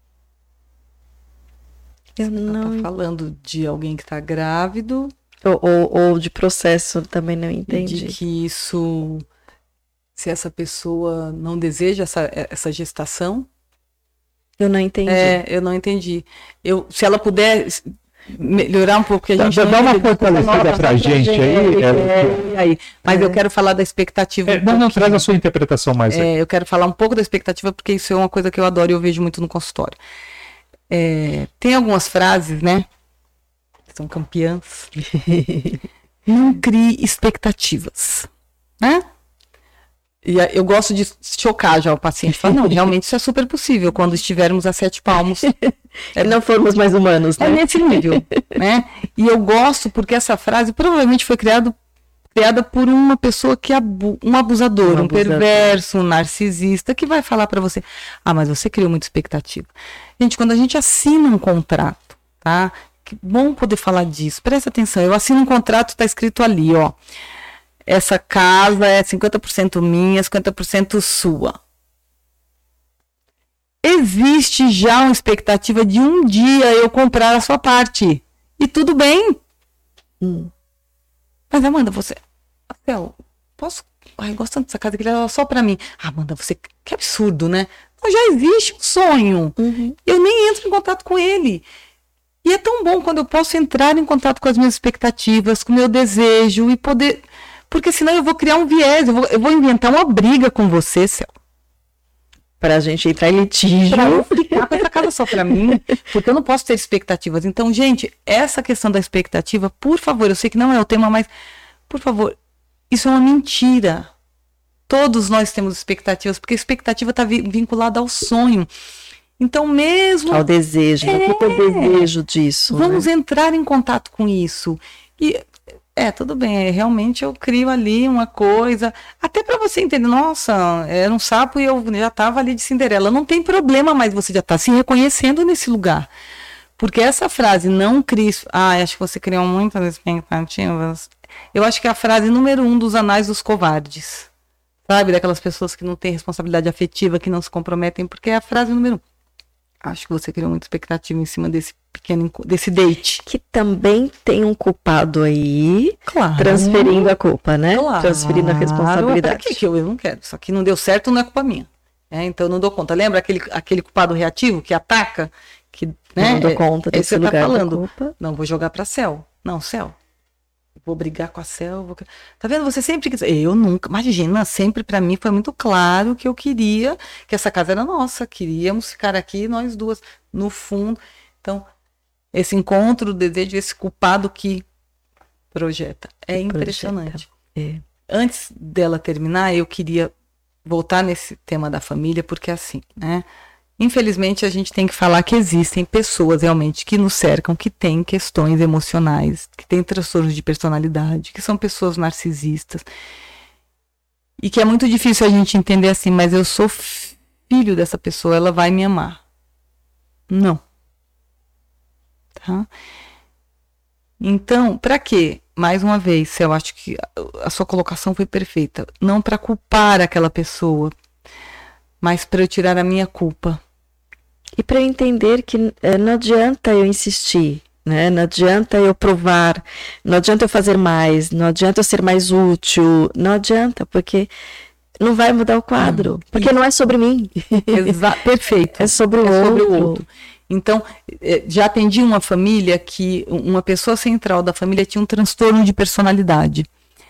Eu não. Tá falando de alguém que está grávido. Ou, ou, ou de processo, também não entendi. De que isso. Se essa pessoa não deseja essa, essa gestação. Eu não entendi. É, eu não entendi. Eu, se ela puder melhorar um pouco, que a gente dá, dá uma fortalecida pra gente, gente aí. É, é, aí. Mas é. eu quero falar da expectativa. É, um não, não, traz a sua interpretação mais é, aí. Eu quero falar um pouco da expectativa, porque isso é uma coisa que eu adoro e eu vejo muito no consultório. É, tem algumas frases, né? São campeãs. Não crie expectativas, né? E eu gosto de chocar já o paciente. Fala, não, realmente isso é super possível quando estivermos a sete palmos. É, não formos mais humanos, né? É nesse nível, né? E eu gosto porque essa frase provavelmente foi criado, criada por uma pessoa que abu, um abusador, um, um abusador. perverso, um narcisista, que vai falar para você, ah, mas você criou muita expectativa. Gente, quando a gente assina um contrato, tá? Que bom poder falar disso. Presta atenção, eu assino um contrato, tá escrito ali, ó. Essa casa é cinquenta por cento minha, cinquenta por cento sua. Existe já uma expectativa de um dia eu comprar a sua parte. E tudo bem. Hum. Mas, Amanda, você... Rafael, posso... Ai, gosto tanto dessa casa que ela é só pra mim. Ah, Amanda, você... Que absurdo, né? Então, já existe um sonho. Uhum. Eu nem entro em contato com ele. E é tão bom quando eu posso entrar em contato com as minhas expectativas, com o meu desejo e poder... Porque senão eu vou criar um viés, eu vou, eu vou inventar uma briga com você, Céu. Pra gente entrar em litígio. Pra eu ficar com essa casa só pra mim, porque eu não posso ter expectativas. Então, gente, essa questão da expectativa, por favor, eu sei que não é o tema, mas, por favor, isso é uma mentira. Todos nós temos expectativas, porque a expectativa está vinculada ao sonho. Então, mesmo... Ao desejo, é, o desejo disso. Vamos né? entrar em contato com isso. E... É, tudo bem, é, realmente eu crio ali uma coisa, até para você entender, nossa, era um sapo e eu já estava ali de Cinderela, não tem problema, mas você já está se reconhecendo nesse lugar, porque essa frase, não crie, ah, acho que você criou muitas expectativas, eu acho que é a frase número um dos anais dos covardes, sabe, daquelas pessoas que não têm responsabilidade afetiva, que não se comprometem, porque é a frase número um. Acho que você criou muita expectativa em cima desse pequeno, desse date. Que também tem um culpado aí, claro, transferindo a culpa, né? Claro, transferindo a responsabilidade. Pra que que eu, eu não quero? Isso aqui não deu certo, não é culpa minha. É, então eu não dou conta. Lembra aquele, aquele culpado reativo que ataca? Que, né, não dou conta desse é, lugar tá falando. culpa. Não, vou jogar pra Céu. Não, Céu. Vou brigar com a Céu. Vou... Tá vendo? Você sempre quis. Eu nunca. Imagina, sempre pra mim foi muito claro que eu queria que essa casa era nossa. Queríamos ficar aqui, nós duas, no fundo. Então, esse encontro, o desejo, esse culpado que projeta. É que impressionante. Projeta. É. Antes dela terminar, eu queria voltar nesse tema da família, porque assim, né? Infelizmente, a gente tem que falar que existem pessoas realmente que nos cercam, que têm questões emocionais, que têm transtornos de personalidade, que são pessoas narcisistas. E que é muito difícil a gente entender assim, mas eu sou filho dessa pessoa, ela vai me amar. Não. Tá? Então, para quê? Mais uma vez, eu acho que a sua colocação foi perfeita. Não para culpar aquela pessoa, mas para eu tirar a minha culpa. E para eu entender que eh, não adianta eu insistir, né? Não adianta eu provar, não adianta eu fazer mais, não adianta eu ser mais útil, não adianta, porque não vai mudar o quadro, hum, porque não é sobre mim. Exa- perfeito. É sobre o, é outro. sobre o outro. Então, já atendi uma família que, uma pessoa central da família tinha um transtorno de personalidade.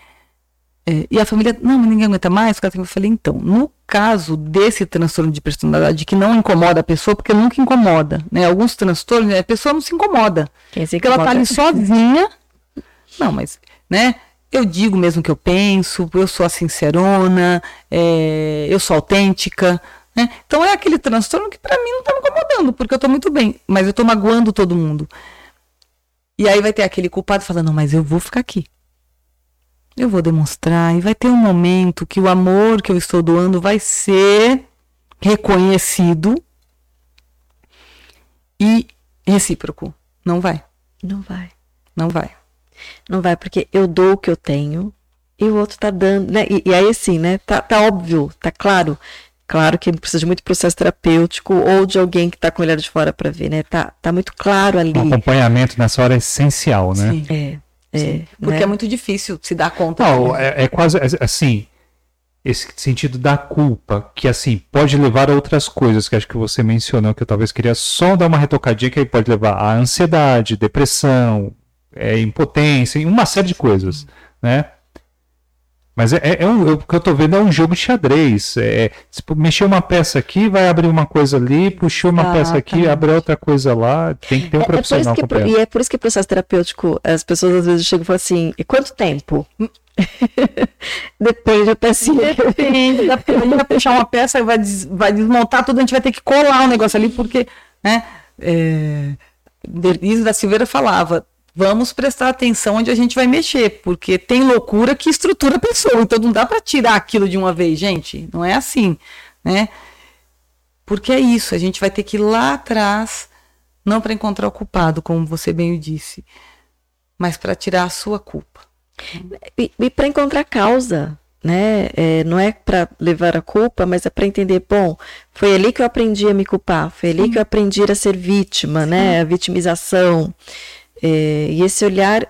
É, e a família, não, mas ninguém aguenta mais. Eu falei, então, no caso desse transtorno de personalidade que não incomoda a pessoa, porque nunca incomoda, né? Alguns transtornos, a pessoa não se incomoda. Quem se porque incomoda? Ela tá ali sozinha. Não, mas, né? Eu digo mesmo o que eu penso, eu sou a sincerona, é, eu sou autêntica, né? Então é aquele transtorno que pra mim não tá me incomodando, porque eu tô muito bem, mas eu tô magoando todo mundo. E aí vai ter aquele culpado falando, não, mas eu vou ficar aqui. Eu vou demonstrar, e vai ter um momento que o amor que eu estou doando vai ser reconhecido e recíproco. Não vai. Não vai. Não vai. Não vai, porque eu dou o que eu tenho e o outro tá dando, né? E, e aí assim, né? Tá, tá óbvio, tá claro. Claro que precisa de muito processo terapêutico ou de alguém que tá com o olhar de fora para ver, né? Tá, tá muito claro ali. O acompanhamento nessa hora é essencial, né? Sim. É. É, porque né? é muito difícil se dar conta. Não, é, é quase assim, esse sentido da culpa, que assim, pode levar a outras coisas que acho que você mencionou, que eu talvez queria só dar uma retocadinha, que aí pode levar a ansiedade, depressão, é, impotência, uma série de coisas, né? Mas é, é, é um, o que eu tô vendo é um jogo de xadrez. É, tipo, mexeu uma peça aqui, vai abrir uma coisa ali, puxou uma Ah, peça aqui, tá. abre outra coisa lá. Tem que ter um É, é por profissional isso que, completo. e é por isso que processo terapêutico, as pessoas às vezes chegam e falam assim, e quanto tempo? Depende da pecinha. Depende, da, a gente vai puxar uma peça e vai, des, vai desmontar tudo, a gente vai ter que colar o negócio ali, porque, né, é, Denise da Silveira falava, vamos prestar atenção onde a gente vai mexer, porque tem loucura que estrutura a pessoa, então não dá para tirar aquilo de uma vez, gente, não é assim, né, porque é isso, a gente vai ter que ir lá atrás, não para encontrar o culpado, como você bem o disse, mas para tirar a sua culpa. E, e para encontrar causa, né? É, não é para levar a culpa, mas é para entender, bom, foi ali que eu aprendi a me culpar, foi ali Sim. que eu aprendi a ser vítima, Sim. né? A vitimização. É, e esse olhar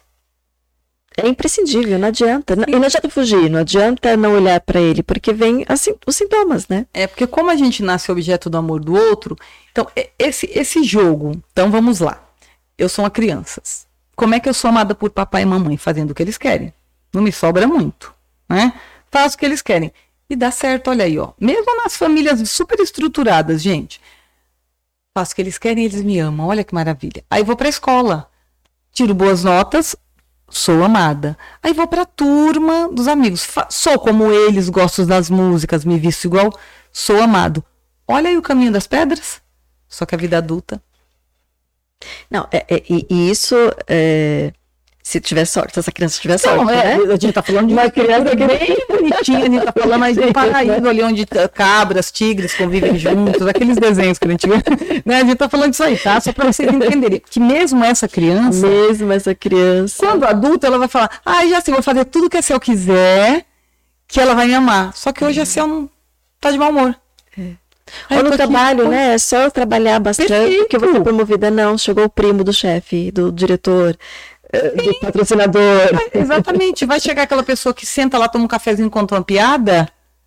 é imprescindível, não adianta. Não, e não adianta fugir, não adianta não olhar para ele, porque vem assim, os sintomas, né? É, porque como a gente nasce objeto do amor do outro, então esse, esse jogo, então vamos lá. Eu sou uma criança. Como é que eu sou amada por papai e mamãe? Fazendo o que eles querem. Não me sobra muito, né? Faço o que eles querem. E dá certo, olha aí, ó. Mesmo nas famílias super estruturadas, gente. Faço o que eles querem e eles me amam. Olha que maravilha. Aí vou pra escola. Tiro boas notas, sou amada. Aí vou pra turma dos amigos. Fa- sou como eles, gosto das músicas, me visto igual, sou amado. Olha aí o caminho das pedras. Só que a vida adulta... Não, é, é, e, e isso, é, se tiver sorte, se essa criança tiver sorte, Não, é, né? A gente tá falando de uma criança bem bonitinha, a gente tá falando aí de um paraíso ali onde cabras, tigres convivem juntos, aqueles desenhos que a gente vê, né? A gente tá falando disso aí, tá? Só pra vocês entenderem, que mesmo essa criança... Mesmo essa criança... Quando adulta, ela vai falar, ah, já sei, vou fazer tudo que a Cel quiser, que ela vai me amar. Só que hoje a Cel não tá de mau humor. É. Ou no trabalho, aqui, né? É só eu trabalhar bastante Perfeito. Que eu vou ser promovida. Não, chegou o primo do chefe, do diretor, Sim. do patrocinador. É, exatamente. Vai chegar aquela pessoa que senta lá, toma um cafezinho, conta uma piada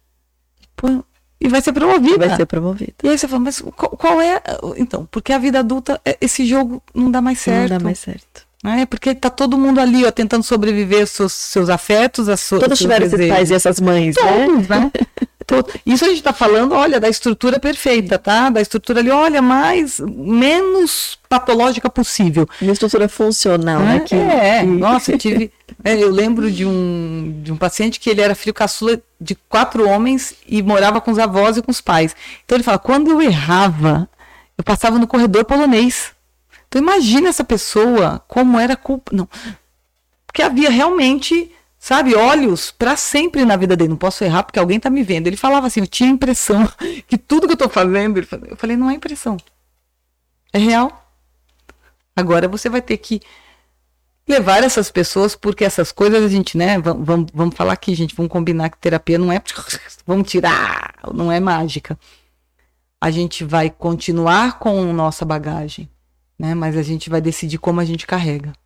pô, e vai ser promovida. Vai ser promovida. E aí você fala, mas qual, qual é... Então, porque a vida adulta, esse jogo não dá mais certo. Não dá mais certo. É, porque tá todo mundo ali, ó, tentando sobreviver aos seus, seus afetos, as suas... Todos tiveram esses pais e essas mães, Todos, né? né? Isso a gente está falando, olha, da estrutura perfeita, tá? Da estrutura ali, olha, mais, menos patológica possível. Uma estrutura funcional, é, né? Que, é, que... nossa, eu tive... É, eu lembro de um, de um paciente que ele era filho caçula de quatro homens e morava com os avós e com os pais. Então ele fala, quando eu errava, eu passava no corredor polonês. Então imagina essa pessoa, como era culpa... Não, porque havia realmente... Sabe, olhos para sempre na vida dele. Não posso errar porque alguém tá me vendo. Ele falava assim, eu tinha a impressão que tudo que eu tô fazendo... Eu falei, não é impressão. É real. Agora você vai ter que levar essas pessoas, porque essas coisas a gente, né... Vamos, vamos, vamos falar aqui, gente. Vamos combinar que terapia não é... Vamos tirar... Não é mágica. A gente vai continuar com nossa bagagem, né? Mas a gente vai decidir como a gente carrega.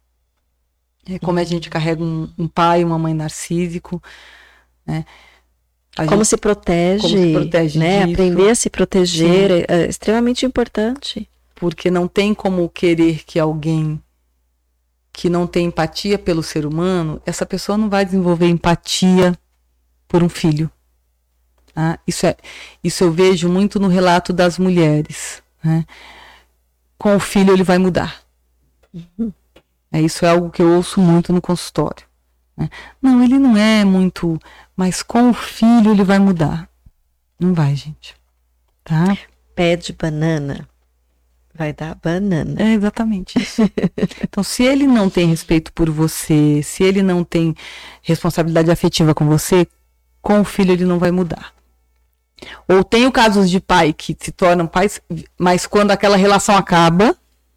É como a gente carrega um, um pai, uma mãe narcísico, né? A como, gente, se protege, como se protege, né? disso. Aprender a se proteger é, é extremamente importante. Porque não tem como querer que alguém que não tem empatia pelo ser humano, essa pessoa não vai desenvolver empatia por um filho. Tá? Isso, é, isso eu vejo muito no relato das mulheres, né? Com o filho ele vai mudar. Uhum. É, isso é algo que eu ouço muito no consultório. Né? Não, ele não é muito, mas com o filho ele vai mudar. Não vai, gente. Tá? Pé de banana vai dar banana. É exatamente isso. Então, se ele não tem respeito por você, se ele não tem responsabilidade afetiva com você, com o filho ele não vai mudar. Ou tem casos de pai que se tornam pais, mas quando aquela relação acaba,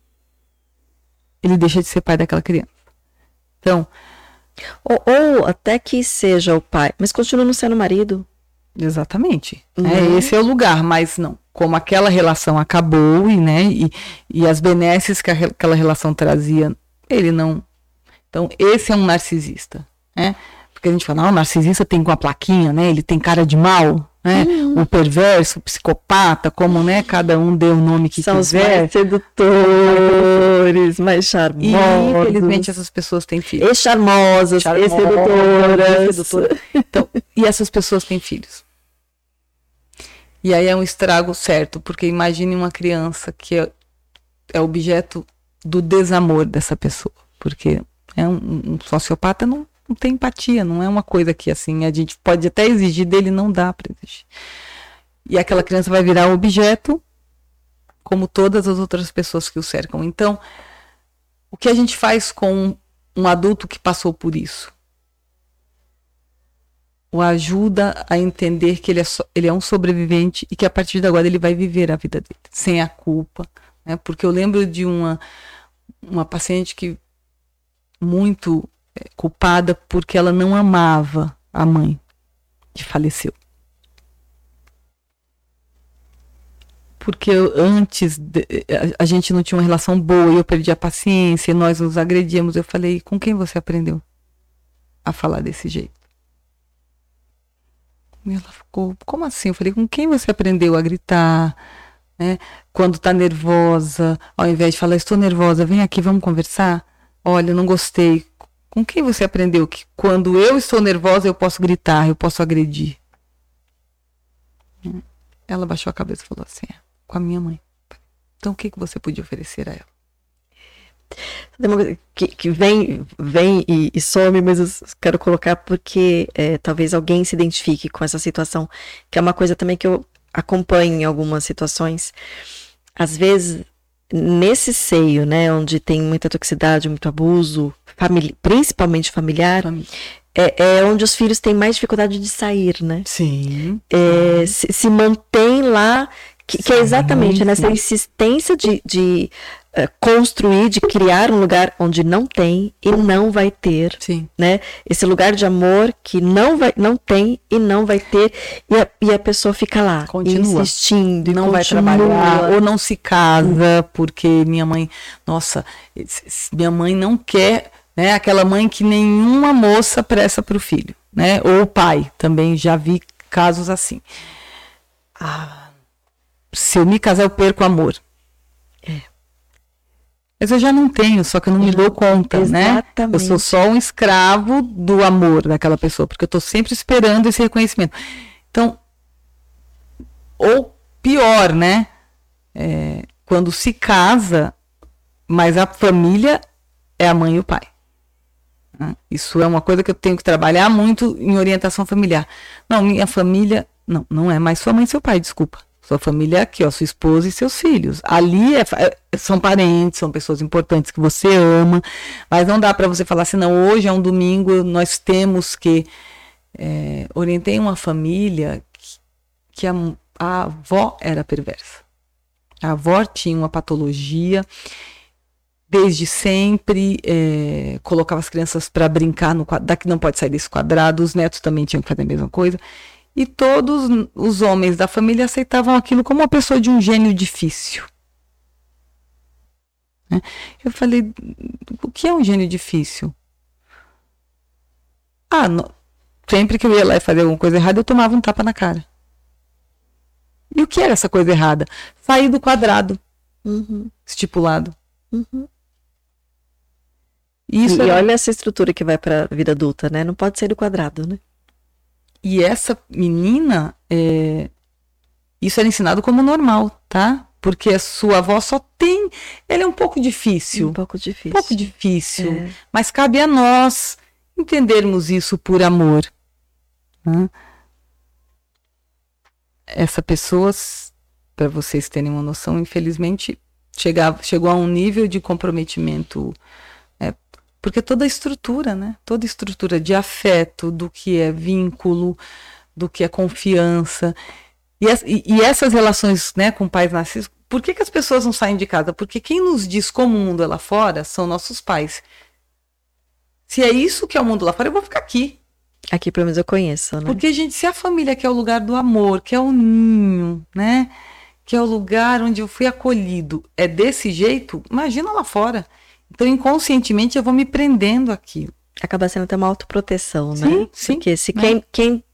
ele deixa de ser pai daquela criança. Então... Ou, ou até que seja o pai, mas continua não sendo marido. Exatamente. Uhum. É, esse é o lugar, mas não. Como aquela relação acabou e, né, e, e as benesses que a, aquela relação trazia, ele não... Então, esse é um narcisista. Né? Porque a gente fala, não, o narcisista tem com a plaquinha, né? Ele tem cara de mal. né? Hum. O perverso, o psicopata, como, né, cada um deu o nome que São quiser. São os mais sedutores, mais charmosos. E, infelizmente, essas pessoas têm filhos. E charmosas, e sedutoras. sedutoras. Então, e essas pessoas têm filhos. E aí é um estrago certo, porque imagine uma criança que é, é objeto do desamor dessa pessoa. Porque é um, um sociopata não, não tem empatia, não é uma coisa que assim, a gente pode até exigir dele, não dá para exigir. E aquela criança vai virar um objeto, como todas as outras pessoas que o cercam. Então, o que a gente faz com um adulto que passou por isso? O ajuda a entender que ele é, so, ele é um sobrevivente e que a partir de agora ele vai viver a vida dele, sem a culpa. Né? Porque eu lembro de uma, uma paciente que muito é, culpada porque ela não amava a mãe que faleceu. Porque antes de, a, a gente não tinha uma relação boa e eu perdi a paciência e nós nos agredíamos. Eu falei, com quem você aprendeu a falar desse jeito? E ela ficou, como assim? Eu falei, com quem você aprendeu a gritar? Né? Quando tá nervosa, ao invés de falar, estou nervosa, vem aqui, vamos conversar? Olha, eu não gostei. Com quem você aprendeu que quando eu estou nervosa eu posso gritar, eu posso agredir? Ela baixou a cabeça e falou assim, é, com a minha mãe. Então o que, que você podia oferecer a ela? Que, que vem, vem e, e some, mas eu quero colocar porque é, talvez alguém se identifique com essa situação, que é uma coisa também que eu acompanho em algumas situações. Às vezes, nesse seio, né, onde tem muita toxicidade, muito abuso, famili- principalmente familiar, Família. é, é onde os filhos têm mais dificuldade de sair, né? Sim. É, se, se mantém lá, que, que é exatamente nessa insistência de... de Uh, construir, de criar um lugar onde não tem e não vai ter, Sim. né? Esse lugar de amor que não vai, não tem e não vai ter, e a, e a pessoa fica lá, continua. insistindo, e não vai continua. trabalhar, ou não se casa, porque minha mãe, nossa, minha mãe não quer, né? Aquela mãe que nenhuma moça presta para o filho, né? Ou o pai, também já vi casos assim. Ah, se eu me casar, eu perco o amor. É. Mas eu já não tenho, só que eu não me dou conta, Exatamente. Né? Eu sou só um escravo do amor daquela pessoa, porque eu estou sempre esperando esse reconhecimento. Então, ou pior, né? É, quando se casa, mas a família é a mãe e o pai. Né? Isso é uma coisa que eu tenho que trabalhar muito em orientação familiar. Não, minha família, não, não é mais sua mãe e seu pai, desculpa. Sua família é aqui, ó, sua esposa e seus filhos. Ali é, é, são parentes, são pessoas importantes que você ama, mas não dá para você falar assim, não, hoje é um domingo, nós temos que... É, orientei uma família que, que a, a avó era perversa. A avó tinha uma patologia, desde sempre, é, colocava as crianças para brincar, no quadrado, daqui não pode sair desse quadrado, os netos também tinham que fazer a mesma coisa. E todos os homens da família aceitavam aquilo como uma pessoa de um gênio difícil. Eu falei, o que é um gênio difícil? Ah, não, sempre que eu ia lá e fazia alguma coisa errada, eu tomava um tapa na cara. E o que era essa coisa errada? Sair do quadrado uhum. estipulado. Uhum. Isso e era... olha essa estrutura que vai para a vida adulta, né? Não pode sair do quadrado, né? E essa menina, é... isso era ensinado como normal, tá? Porque a sua avó só tem... Ela é um pouco difícil. Um pouco difícil. Um pouco difícil. É. Mas cabe a nós entendermos isso por amor. Né? Essa pessoa, para vocês terem uma noção, infelizmente, chegava, chegou a um nível de comprometimento... Porque toda a estrutura, né? Toda a estrutura de afeto, do que é vínculo, do que é confiança. E, e, e essas relações, né, com pais narcisistas, por que, que as pessoas não saem de casa? Porque quem nos diz como o mundo é lá fora são nossos pais. Se é isso que é o mundo lá fora, eu vou ficar aqui. Aqui, pelo menos, eu conheço, né? Porque, gente, se a família que é o lugar do amor, que é o ninho, né? Que é o lugar onde eu fui acolhido, é desse jeito, imagina lá fora. Então, inconscientemente, eu vou me prendendo aqui. Acaba sendo até uma autoproteção, né? Sim, sim. Porque se né? quem, quem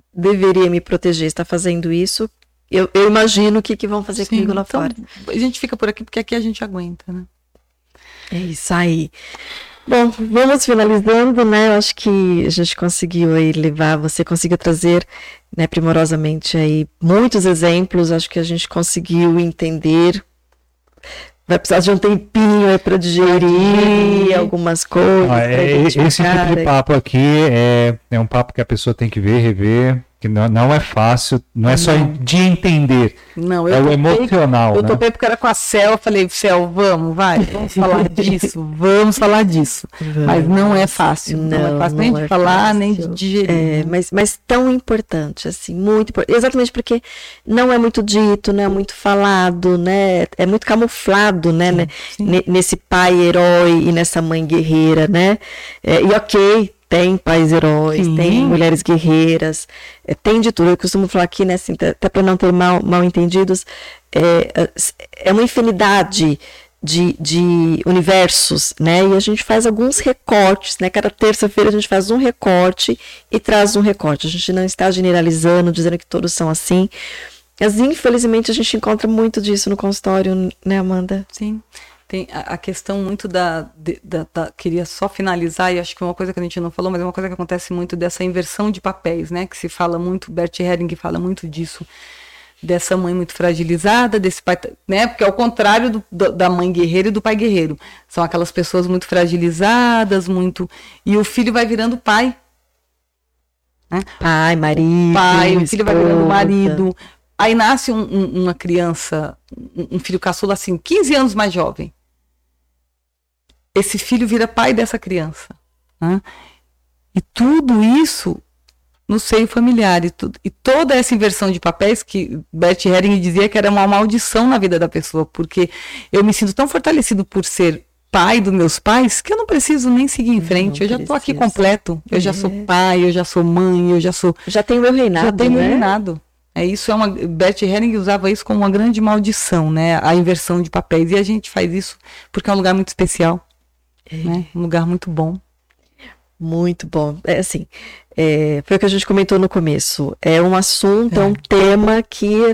deveria me proteger está fazendo isso, eu, eu imagino o que, que vão fazer Sim, comigo lá então, fora. A gente fica por aqui porque aqui a gente aguenta, né? É isso aí. Bom, vamos finalizando, né? Eu acho que a gente conseguiu aí levar, você conseguiu trazer, né, primorosamente aí muitos exemplos, acho que a gente conseguiu entender. Vai precisar de um tempinho aí para digerir algumas coisas. Ah, é, esse tipo de papo aqui é, é um papo que a pessoa tem que ver, rever, que não, não é fácil, não é só não. de entender, não, é eu o topei, emocional. Eu né? topei porque era com a Cel, eu falei, Cel, vamos, vai, vamos falar disso, vamos falar disso. Vamos. Mas não é fácil, não, não é fácil nem de é falar, fácil. nem de digerir. É, né? mas, mas tão importante, assim, muito importante. Exatamente porque não é muito dito, não é muito falado, né? É muito camuflado, né? Sim, sim. Nesse pai herói e nessa mãe guerreira, né? É, e ok, tem pais heróis, Sim. tem mulheres guerreiras, é, tem de tudo. Eu costumo falar aqui, né, assim, até para não ter mal, mal entendidos, é, é uma infinidade de, de universos, né? E a gente faz alguns recortes, né? Cada terça-feira a gente faz um recorte e traz um recorte. A gente não está generalizando, dizendo que todos são assim. Mas, infelizmente, a gente encontra muito disso no consultório, né, Amanda? Sim. Tem a, a questão muito da, de, da, da... Queria só finalizar, e acho que é uma coisa que a gente não falou, mas é uma coisa que acontece muito dessa inversão de papéis, né? Que se fala muito, Bert Helling fala muito disso, dessa mãe muito fragilizada, desse pai, né? Porque é o contrário do, do, da mãe guerreira e do pai guerreiro. São aquelas pessoas muito fragilizadas, muito... E o filho vai virando pai. Né? Pai, marido. Pai, o filho vai virando marido. Aí nasce um, um, uma criança, um, um filho caçula assim, quinze anos mais jovem. Esse filho vira pai dessa criança. Né? E tudo isso no seio familiar. E, tudo, e toda essa inversão de papéis que Bert Helling dizia que era uma maldição na vida da pessoa, porque eu me sinto tão fortalecido por ser pai dos meus pais que eu não preciso nem seguir em frente. Não eu já estou aqui completo. Eu é. já sou pai, eu já sou mãe, eu já sou... Já tenho meu reinado, Já tenho né? meu reinado. É, isso é uma, Bert Helling usava isso como uma grande maldição, né? A inversão de papéis. E a gente faz isso porque é um lugar muito especial. É. Né? Um lugar muito bom. Muito bom. É assim, é, foi o que a gente comentou no começo. É um assunto, é, é um tema que,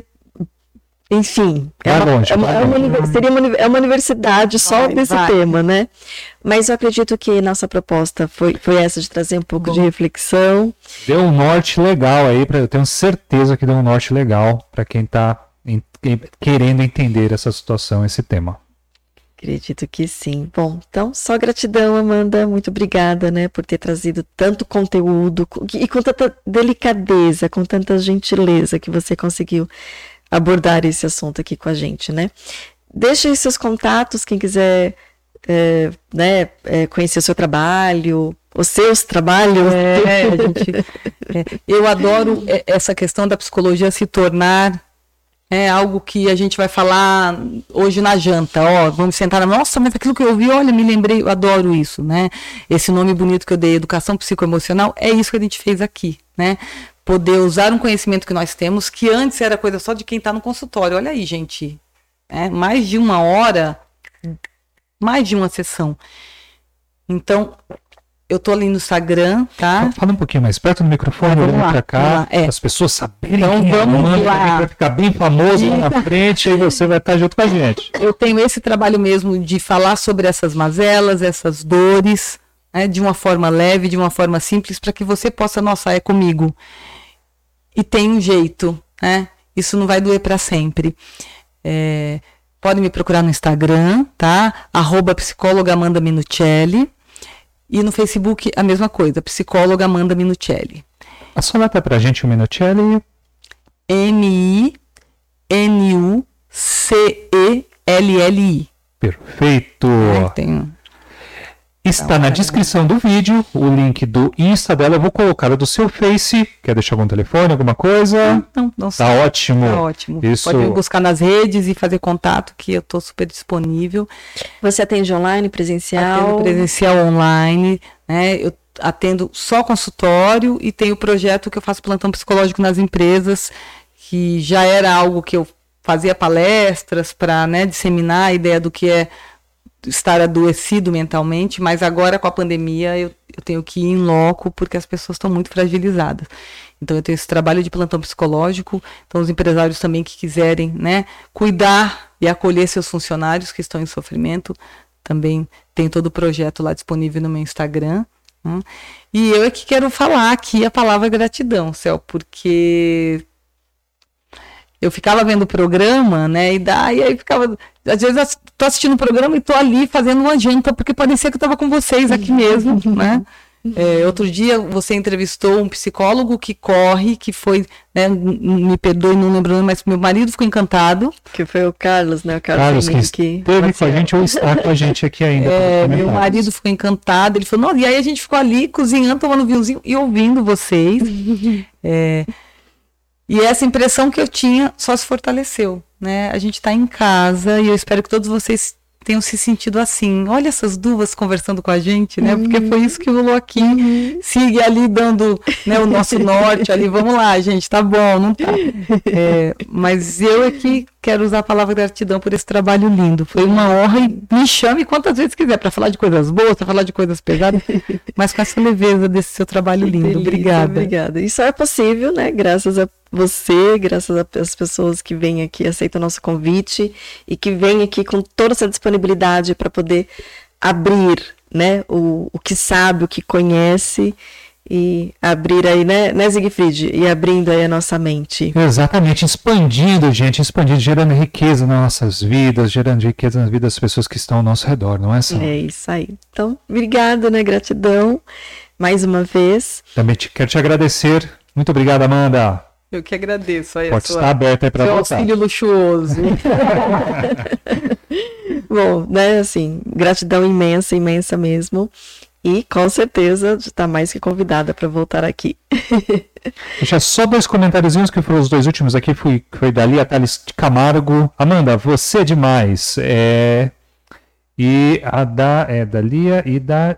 enfim, é uma, longe, é uma, é uma, seria uma, é uma universidade só vai, desse vai. tema, né? Mas eu acredito que nossa proposta foi, foi essa, de trazer um pouco bom. de reflexão. Deu um norte legal aí, pra, eu tenho certeza que deu um norte legal para quem está querendo entender essa situação, esse tema. Acredito que sim. Bom, então, só gratidão, Amanda. Muito obrigada, né, por ter trazido tanto conteúdo e com tanta delicadeza, com tanta gentileza que você conseguiu abordar esse assunto aqui com a gente, né? Deixe aí seus contatos, quem quiser é, né, é, conhecer o seu trabalho, os seus trabalhos. É, a gente, é, eu adoro essa questão da psicologia se tornar é algo que a gente vai falar hoje na janta, ó, vamos sentar na... Nossa, mas aquilo que eu vi, olha, me lembrei, eu adoro isso, né? Esse nome bonito que eu dei, educação psicoemocional, é isso que a gente fez aqui, né? Poder usar um conhecimento que nós temos, que antes era coisa só de quem está no consultório. Olha aí, gente, é, mais de uma hora, mais de uma sessão. Então, eu tô ali no Instagram, tá? Fala um pouquinho mais perto do microfone, ah, olhando pra cá, é. as pessoas saberem então, quem vamos é, lá. Vai ficar bem famoso lá na frente, aí você vai estar junto com a gente. Eu tenho esse trabalho mesmo de falar sobre essas mazelas, essas dores, né, de uma forma leve, de uma forma simples, para que você possa, nossa, é comigo. E tem um jeito, né? Isso não vai doer para sempre. É, pode me procurar no Instagram, tá? Arroba psicóloga Amanda Minuccelli. E no Facebook a mesma coisa, psicóloga Amanda Minuccelli. A sua nota pra gente o Minuccelli? M I N U C E L L I. Perfeito. É, tem... Está então, na é... descrição do vídeo o link do Insta dela. Eu vou colocar o do seu Face. Quer deixar algum telefone, alguma coisa? Não, não, não Tá sei. ótimo. Tá ótimo. Isso... Pode me buscar nas redes e fazer contato, que eu estou super disponível. Você atende online, presencial? Atendo presencial, online, né? Eu atendo só consultório e tenho o projeto que eu faço plantão psicológico nas empresas, que já era algo que eu fazia palestras para, né, disseminar a ideia do que é estar adoecido mentalmente, mas agora com a pandemia eu, eu tenho que ir em loco porque as pessoas estão muito fragilizadas. Então eu tenho esse trabalho de plantão psicológico, então os empresários também que quiserem, né, cuidar e acolher seus funcionários que estão em sofrimento, também tem todo o projeto lá disponível no meu Instagram. Hum. E eu é que quero falar aqui a palavra gratidão, Céu, porque eu ficava vendo o programa, né, e daí aí ficava, às vezes tô assistindo o programa e tô ali fazendo uma janta, porque parecia que eu tava com vocês aqui mesmo, né. É, outro dia você entrevistou um psicólogo que corre, que foi, né, me perdoe, não lembro, mas meu marido ficou encantado. Que foi o Carlos, né? O Carlos, Carlos que esteve com a gente ou está com a gente aqui ainda. É, meu marido ficou encantado, ele falou, nossa, e aí a gente ficou ali cozinhando, tomando vinhozinho e ouvindo vocês. é, e essa impressão que eu tinha só se fortaleceu, né? A gente está em casa e eu espero que todos vocês tenham se sentido assim. Olha essas duas conversando com a gente, né? Porque foi isso que rolou aqui. Uhum. Siga ali dando, né, o nosso norte ali. Vamos lá, gente, tá bom, não tá? É, mas eu aqui quero usar a palavra gratidão por esse trabalho lindo. Foi uma honra e me chame quantas vezes quiser para falar de coisas boas, para falar de coisas pesadas, mas com essa leveza desse seu trabalho lindo. Delícia, obrigada. Obrigada. Isso é possível, né? Graças a você, graças às pessoas que vêm aqui, aceitam o nosso convite e que vêm aqui com toda essa disponibilidade para poder abrir, né, o, o que sabe, o que conhece e abrir aí, né, né, Siegfried? E abrindo aí a nossa mente. Exatamente, expandindo, gente, expandindo, gerando riqueza nas nossas vidas, gerando riqueza nas vidas das pessoas que estão ao nosso redor, não é, Sal? É isso aí. Então, obrigada, né, gratidão, mais uma vez. Também te, quero te agradecer. Muito obrigado, Amanda. Eu que agradeço. Aí Pode a sua, estar aberta aí para voltar. Seu auxílio luxuoso. Bom, né, assim, gratidão imensa, imensa mesmo. E com certeza está mais que convidada para voltar aqui. Deixa só dois comentáriozinhos que foram os dois últimos aqui. Foi, foi dali a Thales Camargo. Amanda, você é demais. É... E a da é, Dalia e da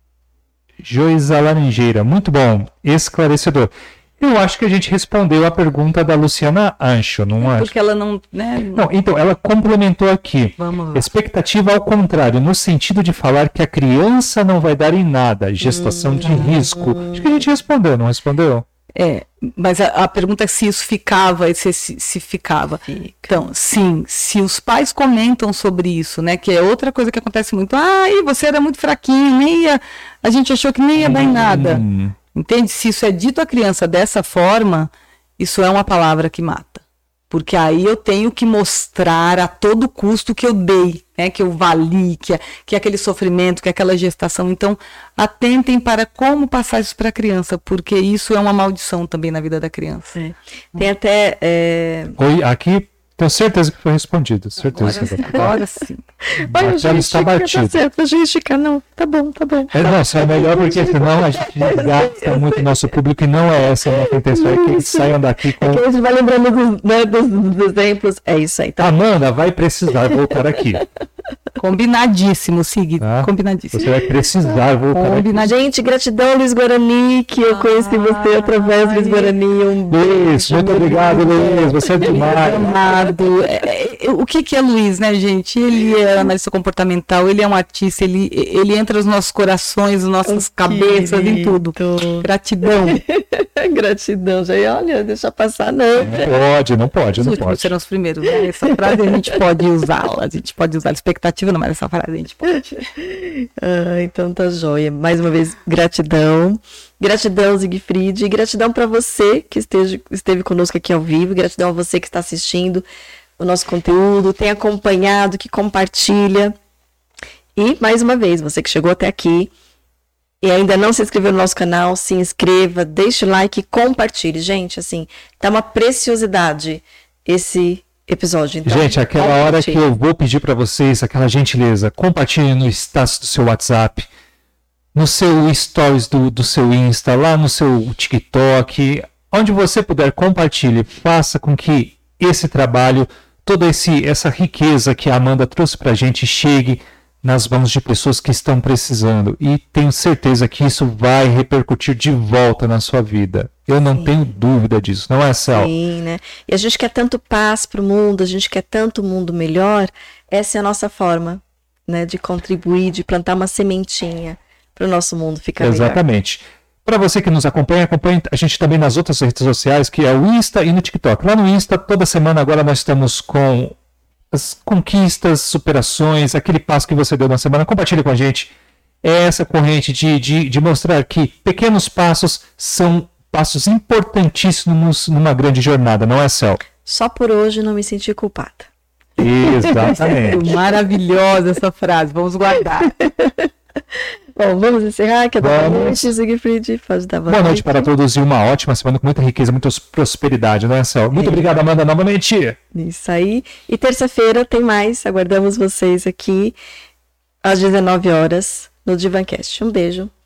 Joisa Laranjeira. Muito bom, esclarecedor. Eu acho que a gente respondeu a pergunta da Luciana Ancho, não acho? Porque ela não, né? Não, então, ela complementou aqui. Vamos lá. Expectativa ao contrário, no sentido de falar que a criança não vai dar em nada, gestação hum, de risco. Acho que a gente respondeu, não respondeu? É, mas a, a pergunta é se isso ficava, se, se, se ficava. Fica. Então, sim, se os pais comentam sobre isso, né, que é outra coisa que acontece muito. Ah, e você era muito fraquinho, nem ia, a gente achou que nem ia dar em nada. Hum. Entende? Se isso é dito à criança dessa forma, isso é uma palavra que mata. Porque aí eu tenho que mostrar a todo custo que eu dei, né? Que eu vali, que é, que é aquele sofrimento, que é aquela gestação. Então, atentem para como passar isso para a criança, porque isso é uma maldição também na vida da criança. É. Tem até... É... Oi, aqui... Tenho certeza que foi respondido, certeza. Agora sim. Olha, já está batido. Tá certo, justificar, não, tá bom, tá bom. É, não, só é melhor porque senão a gente gasta muito o nosso público e não é essa a nossa intenção, é que eles saiam daqui com... É que a gente vai lembrando dos, né, dos, dos exemplos, é isso aí. Tá? Amanda vai precisar voltar aqui. Combinadíssimo, Sig, tá? Combinadíssimo. Você vai precisar voltar aqui. Gente, gratidão, Luiz Guarani, que eu conheci você através do Luiz Guarani. Um beijo. Muito obrigado, Luiz, você é demais. Amado. É, é, o que, que é Luiz, né, gente? Ele é analista comportamental, ele é um artista, ele, ele entra nos nossos corações, nas nossas oh, cabeças, querido. Em tudo. Gratidão. Gratidão, já olha, deixa passar, não. Não pode, não pode, os não últimos pode. serão os primeiros, né? Essa frase a gente pode usá-la, a gente pode usar. A expectativa não, mas essa frase a gente pode. Ah, então tá joia. Mais uma vez, gratidão. Gratidão, Siegfried. E gratidão para você que esteja, esteve conosco aqui ao vivo. Gratidão a você que está assistindo o nosso conteúdo, tem acompanhado, que compartilha. E, mais uma vez, você que chegou até aqui e ainda não se inscreveu no nosso canal, se inscreva, deixe o like e compartilhe. Gente, assim, tá uma preciosidade esse episódio. Então, gente, aquela hora que eu vou pedir para vocês, aquela gentileza, compartilhe no status do seu WhatsApp, no seu stories do, do seu Insta, lá no seu TikTok, onde você puder, compartilhe, faça com que esse trabalho, toda esse, essa riqueza que a Amanda trouxe para a gente chegue nas mãos de pessoas que estão precisando. E tenho certeza que isso vai repercutir de volta na sua vida. Eu não Sim. tenho dúvida disso, não é, Cel? Sim, né? E a gente quer tanto paz para o mundo, a gente quer tanto mundo melhor. Essa é a nossa forma, né, de contribuir, de plantar uma sementinha para o nosso mundo ficar Exatamente. melhor. Para você que nos acompanha, acompanhe a gente também nas outras redes sociais, que é o Insta e no TikTok. Lá no Insta, toda semana agora nós estamos com as conquistas, superações, aquele passo que você deu na semana. Compartilhe com a gente essa corrente de, de, de mostrar que pequenos passos são passos importantíssimos numa grande jornada, não é, Cel? Só por hoje não me senti culpada. Exatamente. Maravilhosa essa frase, vamos guardar. Bom, vamos encerrar, que é da Vamos. noite, Siegfried, pode dar boa, Boa noite para todos e uma ótima semana com muita riqueza, muita prosperidade, não é, Cel? Muito É. obrigado, Amanda, novamente. Isso aí. E terça-feira tem mais, aguardamos vocês aqui às dezenove horas no Divancast. Um beijo.